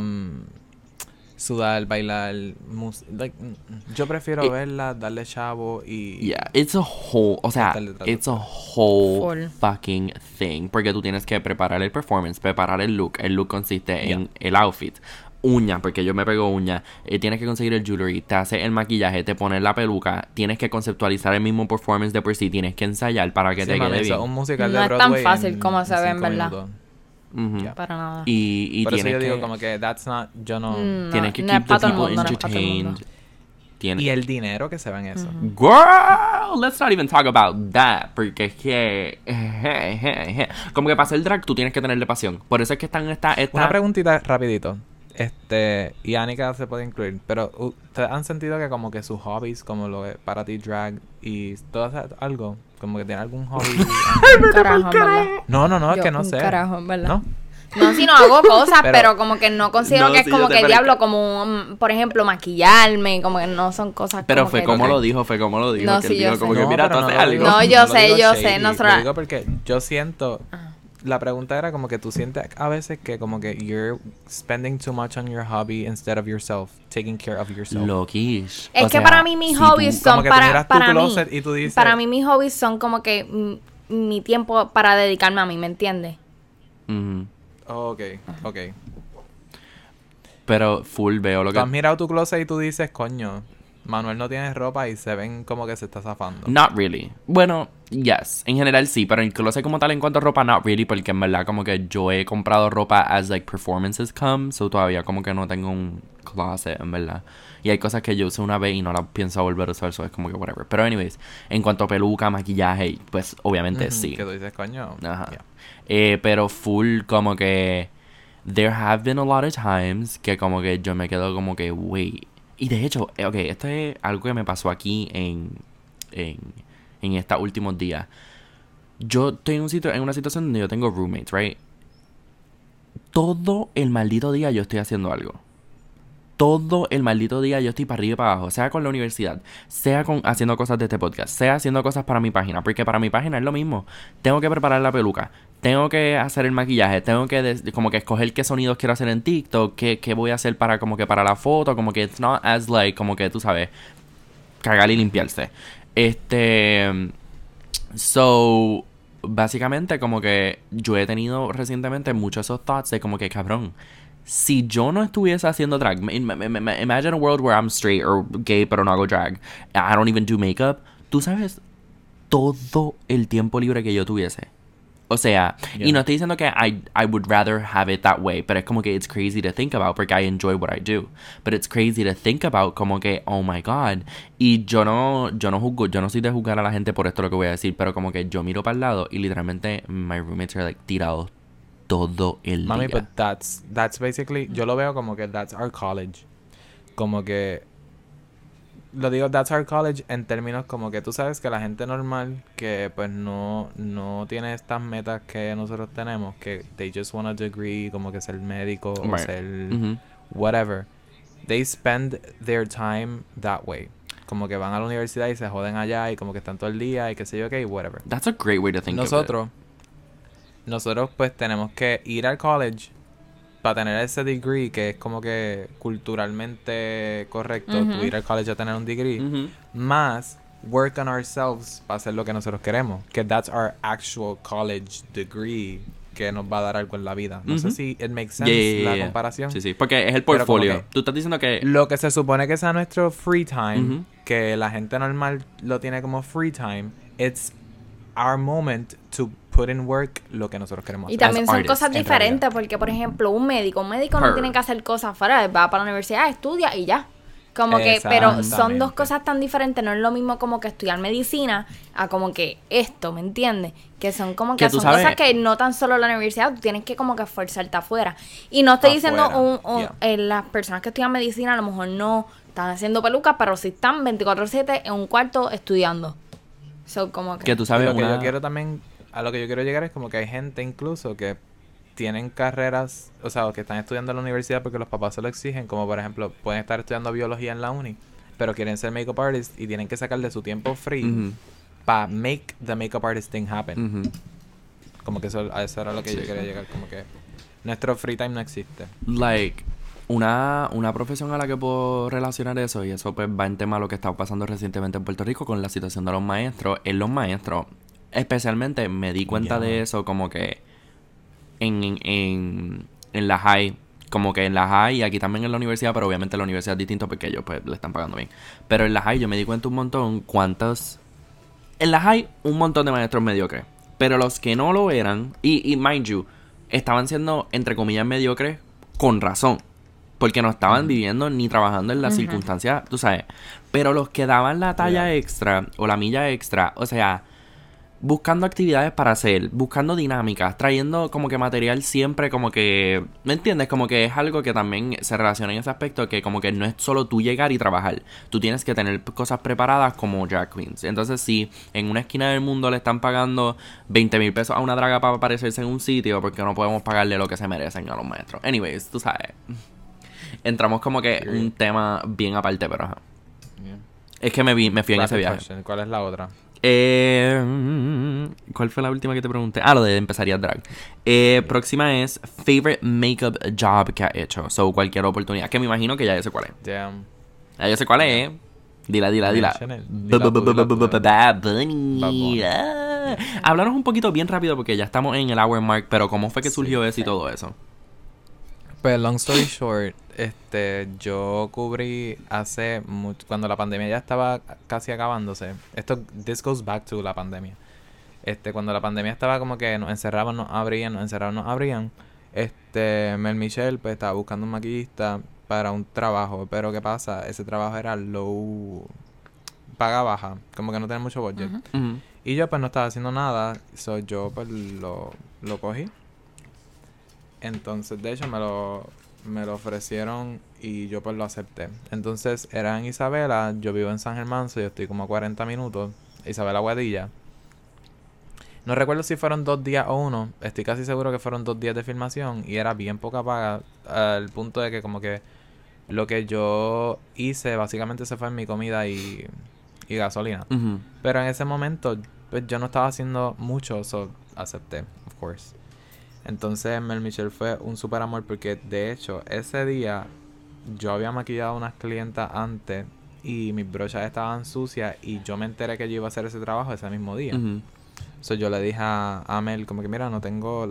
Sudar, bailar, yo prefiero verla, darle chavo y... Yeah, it's a whole, o sea, Tratar de it's a whole Full. fucking thing. Porque tú tienes que preparar el performance, preparar el look. El look consiste en el outfit. Uña, porque yo me pego uña. Tienes que conseguir el jewelry, te hace el maquillaje, te pones la peluca. Tienes que conceptualizar el mismo performance de por sí. Tienes que ensayar para que Sí, te mami, quede eso, bien. un musical No de es tan Broadway fácil como se ve, en 5 verdad. minutos. Ujú. Yeah. Para nada. Y Por eso tienes yo digo que, como que that's not... Yo no... tienes que no es keep the para todo el people mundo, no es para todo el mundo. entertained. Tienes... Y el dinero que se ve en eso. Girl, let's not even talk about that. Porque es que... Como que para hacer drag tú tienes que tenerle pasión. Por eso es que están esta... Una preguntita rapidito. Y Anika se puede incluir, pero ¿ustedes han sentido que como que sus hobbies, como lo es para ti drag y todo algo, como que tiene algún hobby? Un carajo, en verdad. No, es Yo, que no un sé. carajo, en verdad. ¿No? No, si no hago cosas, Pero- pero como que no considero No, que es sí, como yo te que parezca. diablo, como, por ejemplo, maquillarme, como que no son cosas Pero como fue que... como Ok. lo dijo, fue como lo dijo. No, que sí, él yo dijo sé. como que No, mira, tú pero haces lo algo. digo- No, yo lo sé, digo yo sé, shady, nosotros- Lo digo porque yo siento... La pregunta era como que tú sientes a veces que como que you're spending too much on your hobby instead of yourself, taking care of yourself. Loquish. Es O que sea, para mí mis si hobbies tú- son como que tú miras tu para mí. closet y tú dices- Para mí mis hobbies son como que mi tiempo para dedicarme a mí, ¿me entiendes? Ujú. Ok. Pero full veo lo Tú que... has mirado tu closet y tú dices, coño, Manuel no tiene ropa y se ven como que se está zafando. Not really. Bueno, yes. En general sí, pero en el closet como tal en cuanto a ropa, not really. Porque en verdad como que yo he comprado ropa as like performances come. So todavía como que no tengo un closet, en verdad. Y hay cosas que yo usé una vez y no las pienso volver a usar. So es como que whatever. Pero anyways, en cuanto a peluca, maquillaje, pues obviamente Ujú, sí. Que tú dices, coño. Ajá. yeah. Pero full como que... There have been a lot of times que como que yo me quedo como que, wait. Y de hecho, ok, esto es algo que me pasó aquí en estos últimos días. Yo estoy en una situación donde yo tengo roommates, right? Todo el maldito día yo estoy haciendo algo. Todo el maldito día yo estoy para arriba y para abajo. Sea con la universidad, sea con haciendo cosas de este podcast, sea haciendo cosas para mi página. Porque para mi página es lo mismo. Tengo que preparar la peluca. Tengo que hacer el maquillaje. Tengo que como que escoger qué sonidos quiero hacer en TikTok. Qué voy a hacer para como que para la foto. Como que it's not as like, como que tú sabes, cagar y limpiarse. So, básicamente como que yo he tenido recientemente muchos esos thoughts de como que cabrón. Si yo no estuviese haciendo drag, imagine a world where I'm straight or gay pero no hago drag. I don't even do makeup. Tú sabes todo el tiempo libre que yo tuviese. O sea, Yeah. y no estoy diciendo que I would rather have it that way, pero es como que it's crazy to think about porque I enjoy what I do. But it's crazy to think about como que, oh my God. Y yo no juzgo, yo no soy de juzgar a la gente por esto lo que voy a decir, pero como que yo miro para el lado y literalmente my roommates are like tirados todo el Mami, día. but that's basically, yo lo veo como que that's our college. Como que lo digo that's our college en términos como que tú sabes que la gente normal que pues no tiene estas metas que nosotros tenemos, que they just want a degree, como que ser médico o Right. ser Ujú. whatever. They spend their time that way. Como que van a la universidad y se joden allá y como que están todo el día y qué sé yo qué, whatever. That's a great way to think of Nosotros pues tenemos que ir al college para tener ese degree que es como que culturalmente correcto, Ujú. tú ir al college a tener un degree, it. Ujú. más work on ourselves para hacer lo que nosotros queremos, que that's our actual college degree que nos va a dar algo en la vida. No sé Ujú. si it makes sense Yeah. la comparación. Sí, sí, porque es el Pero como portfolio. que- Tú estás diciendo que... Lo que se supone que sea nuestro free time, Ujú. que la gente normal lo tiene como free time, it's our moment to put in work lo que nosotros queremos Y hacer. también As son artists, cosas en diferentes porque, por ejemplo, un médico no Her. tiene que hacer cosas fuera, va para la universidad, estudia y ya. Como que, pero son dos Exactamente. cosas tan diferentes, no es lo mismo como que estudiar medicina a como que esto, ¿me entiendes? Que son como que Que tú son sabes- cosas que no tan solo la universidad, tú tienes que como que esforzarte afuera. Y no estoy diciendo Afuera, yeah. las personas que estudian medicina a lo mejor no están haciendo pelucas, pero sí están 24/7 en un cuarto estudiando. So, como Que que... tú Y sabes lo que yo una... quiero también, a lo que yo quiero llegar es como que hay gente incluso que tienen carreras, o sea, o que están estudiando en la universidad porque los papás se lo exigen, como por ejemplo, pueden estar estudiando biología en la uni, pero quieren ser makeup artists y tienen que sacarle su tiempo free Ujú, para make the makeup artist thing happen. ujú. Como que eso, a eso era lo que yo quería llegar, como que nuestro free time no existe. Like, una profesión a la que puedo relacionar eso, y eso pues va en tema a lo que está pasando recientemente en Puerto Rico con la situación de los maestros, es los maestros. Especialmente me di cuenta Ya. de eso como que en la high, como que en la high y aquí también en la universidad, pero obviamente en la universidad es distinto porque ellos pues le están pagando bien. Pero en la high yo me di cuenta un montón cuántos... En la high un montón de maestros mediocres, pero los que no lo eran, y mind you, estaban siendo entre comillas mediocres con razón. Porque no estaban viviendo ni trabajando en las circunstancias, tú sabes. Pero los que daban la talla Yeah. extra o la milla extra, o sea, buscando actividades para hacer, buscando dinámicas, trayendo como que material siempre como que, ¿me entiendes? Como que es algo que también se relaciona en ese aspecto, que como que no es solo tú llegar y trabajar, tú tienes que tener cosas preparadas como drag queens. Entonces si en una esquina del mundo le están pagando 20,000 pesos a una draga para aparecerse en un sitio, porque no podemos pagarle lo que se merecen a los maestros. Anyways, tú sabes, entramos como que un tema bien aparte, pero ajá. Yeah. Es que me fui en ese Rapid viaje. question, ¿cuál es la otra? ¿Cuál fue la última que te pregunté? Ah, lo de empezaría drag. Próxima es favorite makeup job que ha hecho. So, cualquier oportunidad. Que me imagino que ya yo sé cuál es. Damn. Ya yo sé cuál es. Dila. Mention it. Dila tú. Bad Bunny. Bad Bunny. Ah. Háblanos un poquito bien rápido porque ya estamos en el hour mark. Pero ¿cómo fue que Sí. surgió eso y todo eso? Pues, long story short, yo cubrí hace mucho, cuando la pandemia ya estaba casi acabándose. This goes back to la pandemia. Cuando la pandemia estaba como que nos encerraban, nos abrían, nos encerraban, nos abrían. Mel Michelle, pues, estaba buscando un maquillista para un trabajo. Pero, ¿qué pasa? Ese trabajo era low, paga baja, como que no tenía mucho budget. Ujú. Y yo, pues, no estaba haciendo nada, so yo, pues, lo cogí. Entonces, de hecho, me lo ofrecieron y yo pues lo acepté. Entonces, era en Isabela, yo vivo en San Germán, so yo estoy como a 40 minutos. Isabela Guadilla. No recuerdo si fueron 2 días o uno, estoy casi seguro que fueron 2 días de filmación y era bien poca paga, al punto de que como que lo que yo hice básicamente se fue en mi comida y gasolina. Ujú. Pero en ese momento, pues yo no estaba haciendo mucho, so acepté, of course. Entonces Mel Michelle fue un super amor porque de hecho ese día yo había maquillado a unas clientas antes y mis brochas estaban sucias y yo me enteré que yo iba a hacer ese trabajo ese mismo día. Ujú. So yo le dije a Mel como que mira, no tengo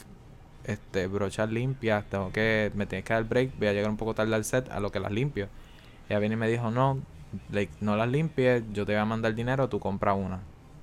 brochas limpias, me tienes que dar break, voy a llegar un poco tarde al set a lo que las limpio. Ella viene y me dijo, no, no las limpies, yo te voy a mandar dinero, tú compra una.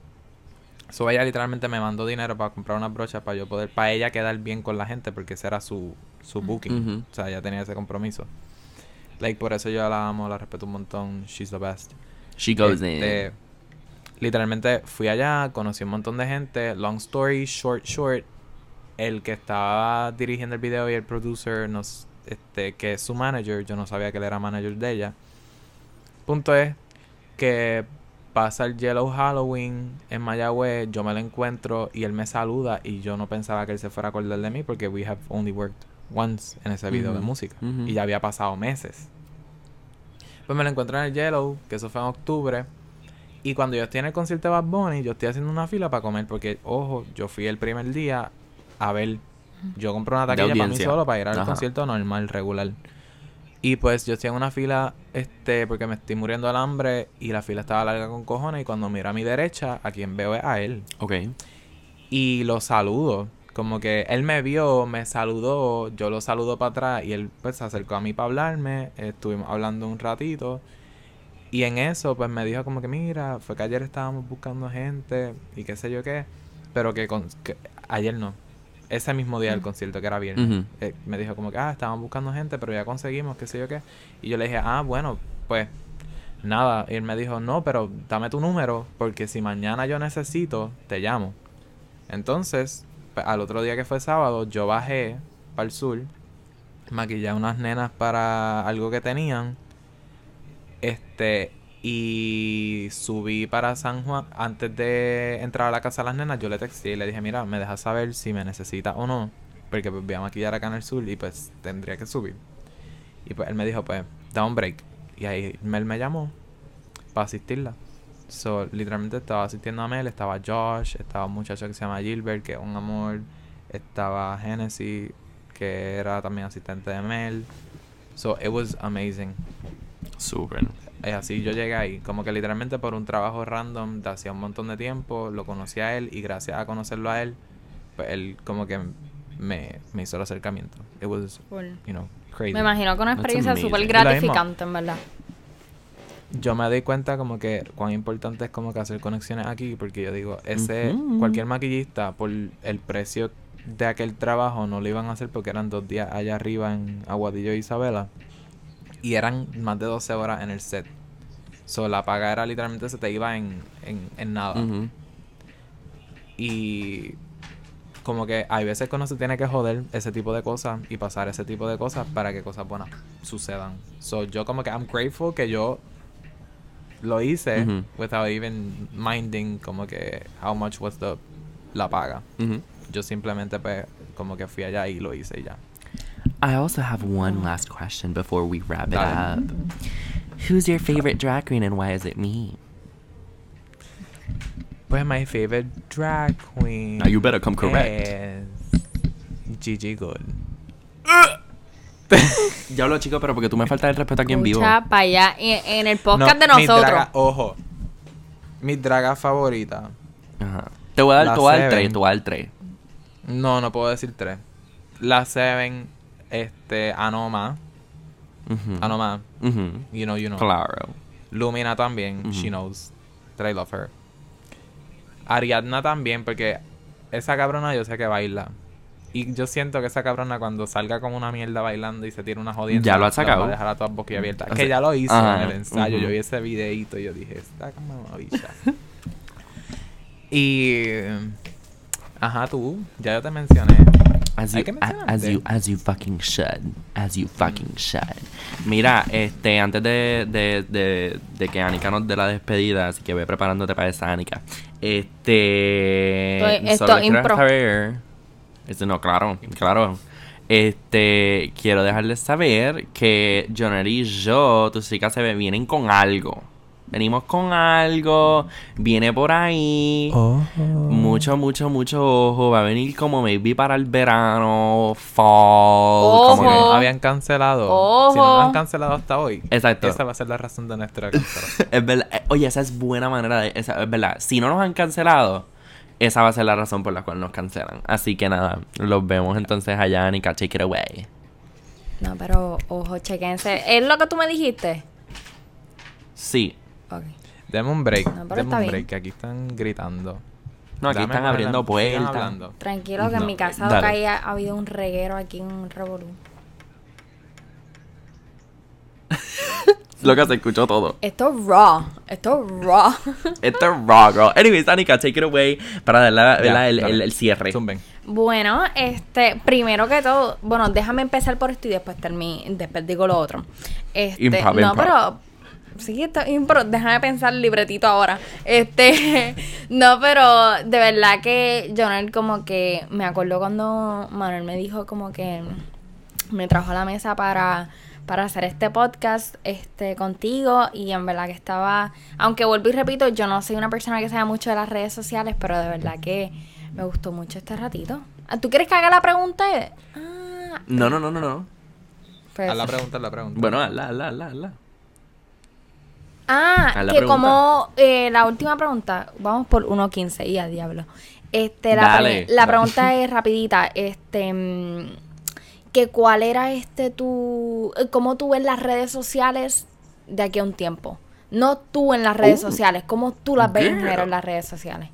So ella literalmente me mandó dinero para comprar unas brochas para yo poder, para ella quedar bien con la gente, porque ese era su booking. Ujú. O sea, ella tenía ese compromiso. Por eso yo la amo, la respeto un montón. She's the best. She goes in. Literalmente fui allá, conocí un montón de gente. Long story short, el que estaba dirigiendo el video y el producer que es su manager, yo no sabía que él era manager de ella. Punto es que pasa el Yellow Halloween en Mayagüez, yo me lo encuentro y él me saluda y yo no pensaba que él se fuera a acordar de mí porque we have only worked once en ese video de música y ya había pasado meses. Pues me lo encuentro en el Yellow, que eso fue en octubre, y cuando yo estoy en el concierto de Bad Bunny, yo estoy haciendo una fila para comer porque, ojo, yo fui el primer día a ver, yo compré una taquilla para mí solo para ir al concierto normal, regular. Y pues yo estoy en una fila, porque me estoy muriendo del hambre y la fila estaba larga con cojones y cuando miro a mi derecha, a quien veo es a él. Ok. Y lo saludo, como que él me vio, me saludó, yo lo saludo para atrás y él pues se acercó a mí para hablarme, estuvimos hablando un ratito y en eso pues me dijo como que mira, fue que ayer estábamos buscando gente y qué sé yo qué, pero que ayer no. Ese mismo día del concierto, que era viernes. Me dijo como que, estábamos buscando gente, pero ya conseguimos, qué sé yo qué. Y yo le dije, bueno, pues, nada, y él me dijo, no, pero dame tu número, porque si mañana yo necesito, te llamo. Entonces, pues, al otro día que fue sábado, yo bajé para el sur, maquillé a unas nenas para algo que tenían, y subí para San Juan. Antes de entrar a la casa de las nenas, yo le texté y le dije, mira, me dejas saber si me necesita o no, porque pues voy a maquillar acá en el sur y pues tendría que subir. Y pues él me dijo, pues, da un break. Y ahí Mel me llamó para asistirla. So, literalmente estaba asistiendo a Mel, estaba Josh, estaba un muchacho que se llama Gilbert, que es un amor, estaba Genesis, que era también asistente de Mel. So, it was amazing. Súper. Es así, yo llegué ahí, como que literalmente por un trabajo random de hacía un montón de tiempo, lo conocí a él y gracias a conocerlo a él, pues él como que me hizo el acercamiento. It was, you know, crazy. Me imagino que una That's experiencia amazing. súper Y lo mismo. gratificante, en verdad. Yo me di cuenta como que cuán importante es como que hacer conexiones aquí, porque yo digo, Ujú. cualquier maquillista por el precio de aquel trabajo no lo iban a hacer porque eran 2 días allá arriba en Aguadillo e Isabela y eran más de 12 horas en el set. So, la paga era literalmente se te iba en nada. Ujú. Y como que hay veces que uno se tiene que joder ese tipo de cosas y pasar ese tipo de cosas para que cosas buenas sucedan. So, yo como que I'm grateful que yo lo hice Ujú. without even minding como que how much was la paga. Ujú. Yo simplemente pues como que fui allá y lo hice y ya. I also have one last question before we wrap it Dale. up. Who's your favorite drag queen and why is it me? Pues my favorite drag queen Now you better come correct. es Gigi Good. Ya hablo, chico, pero porque tú me faltas el respeto aquí en vivo. Escucha para allá en el podcast No, de mi nosotros. draga- ojo. Mi draga favorita. Ajá. Te voy a dar, La te voy a dar Seven. 3, te voy a dar 3. No puedo decir 3. La Seven, Anoma. Anoma, you know. Claro. Lumina también, Ujú. she knows that I love her. Ariadna también, porque esa cabrona yo sé que baila. Y yo siento que esa cabrona cuando salga como una mierda bailando y se tira una jodienda, Ya lo ha sacado. la va a dejar a todas boquiabiertas. O Que sea, ya lo hizo ajá, en el ensayo. ujú. Yo vi ese videíto y yo dije, esta mamabicha. Y... Ajá, tú. Ya yo te mencioné. As Hay you, que mencionarte. as you fucking should. As you fucking should. Mira, antes de que Anika nos dé la despedida, así que ve preparándote para esa, Anika. Esto Solo es quiero impro. saber. No, claro. Quiero dejarles saber que Joner y yo, tus chicas, vienen con algo. Venimos con algo. Viene por ahí. Mucho ojo. Va a venir como maybe para el verano, fall. Ojo. Si Como no que- habían cancelado. Ojo. Si no nos han cancelado hasta hoy. Exacto. Esa va a ser la razón de nuestra cancelación. Es verdad. Oye, esa es buena manera de... es verdad. Si no nos han cancelado, esa va a ser la razón por la cual nos cancelan. Así que nada, los vemos entonces allá, Anika. Take it away. No, pero ojo, chequense. ¿Es lo que tú me dijiste? Sí. Ok. Deme un break. No, pero Deme está un bien. break, que aquí están gritando. No, aquí Dame están ponerla- abriendo sigan puertas. hablando. Tranquilo, que en No, mi casa dale. acá ha habido un reguero aquí, un revolú. Lo que se escuchó todo. Esto es raw. Esto es raw. Esto es raw, girl. Anyways, Anika, take it away para darle Ya, ¿verdad? dale. el cierre. Zumben. Bueno, primero que todo, bueno, déjame empezar por esto y después después digo lo otro. Improv, no, improv. pero sí, esto es improv, déjame pensar el libretito ahora. No, pero de verdad que Jonel como que me acuerdo cuando Manuel me dijo como que me trajo a la mesa para hacer este podcast contigo y en verdad que estaba, aunque vuelvo y repito, yo no soy una persona que sabe mucho de las redes sociales, pero de verdad que me gustó mucho este ratito. ¿Tú quieres que haga la pregunta? No. Pues, Haz la pregunta. Bueno, hazla. Ah, Haz la que pregunta. como la última pregunta, vamos por 1.15 y a diablo. Dale. La pregunta es rapidita, que cuál era cómo tú ves las redes sociales de aquí a un tiempo. No tú en las redes sociales, cómo tú las ves en girl. general en las redes sociales.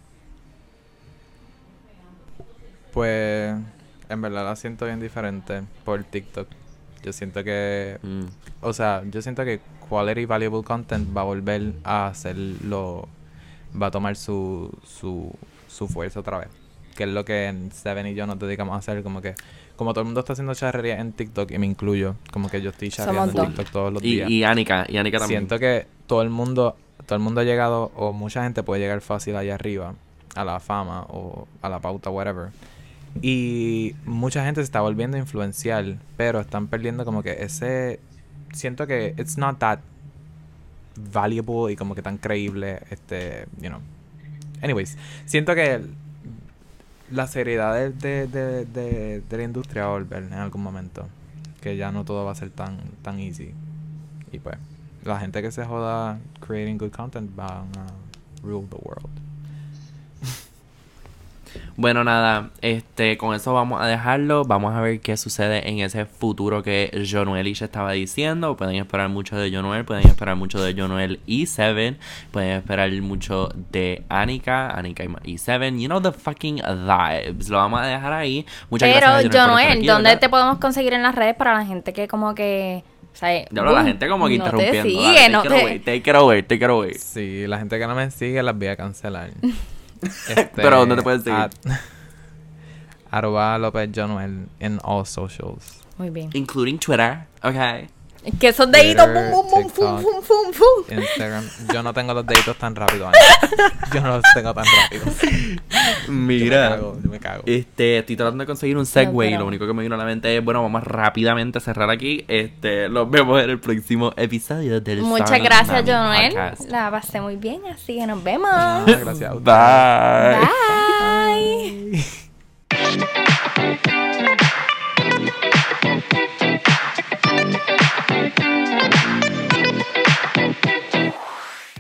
Pues, en verdad la siento bien diferente por TikTok. Yo siento que... Mm. O sea, yo siento que quality valuable content va a volver a hacerlo... Va a tomar su fuerza otra vez. Que es lo que en Seven y yo nos dedicamos a hacer. Como que... Como todo el mundo está haciendo charrería en TikTok, y me incluyo. Como que yo estoy charreando en Somos TikTok todos los días. Y Anika también. Siento que todo el mundo ha llegado, o mucha gente puede llegar fácil allá arriba, a la fama o a la pauta, whatever. Y mucha gente se está volviendo influencial, pero están perdiendo como que ese... Siento que it's not that valuable y como que tan creíble, you know. Anyways, siento que la seriedad de la industria va a volver en algún momento. Que ya no todo va a ser tan easy. Y pues, la gente que se joda creating good content van a rule the world. Bueno, nada, con eso vamos a dejarlo. Vamos a ver qué sucede en ese futuro que Jonuel y ya estaba diciendo. Pueden esperar mucho de Jonuel, pueden esperar mucho de Jonuel y Seven, pueden esperar mucho de Anika y Seven. You know the fucking vibes. Lo vamos a dejar ahí. Muchas Pero, gracias, Jonuel, por estar Jonuel, aquí, ¿dónde ¿verdad? te podemos conseguir en las redes para la gente que como que... O sea, La gente como que no te interrumpiendo. sigue, Dale, no take it away. Sí, la gente que no me sigue las voy a cancelar. Pero ¿dónde te pueden seguir? @ López Jonuel en all socials. Muy bien. Including Twitter, okay. Que esos deditos, Twitter, bum, bum, bum, TikTok, fum, fum, fum. Instagram. Yo no tengo los deditos tan rápido, Ana. Yo no los tengo tan rápido. Mira, Yo me cago. estoy tratando de conseguir un segue y pero- lo único que me vino a la mente es, bueno, vamos rápidamente a cerrar aquí. Los vemos en el próximo episodio del Muchas Sorry gracias, Mami Jonuel. Podcast. La pasé muy bien, así que nos vemos. Gracias a ustedes. Bye. Bye.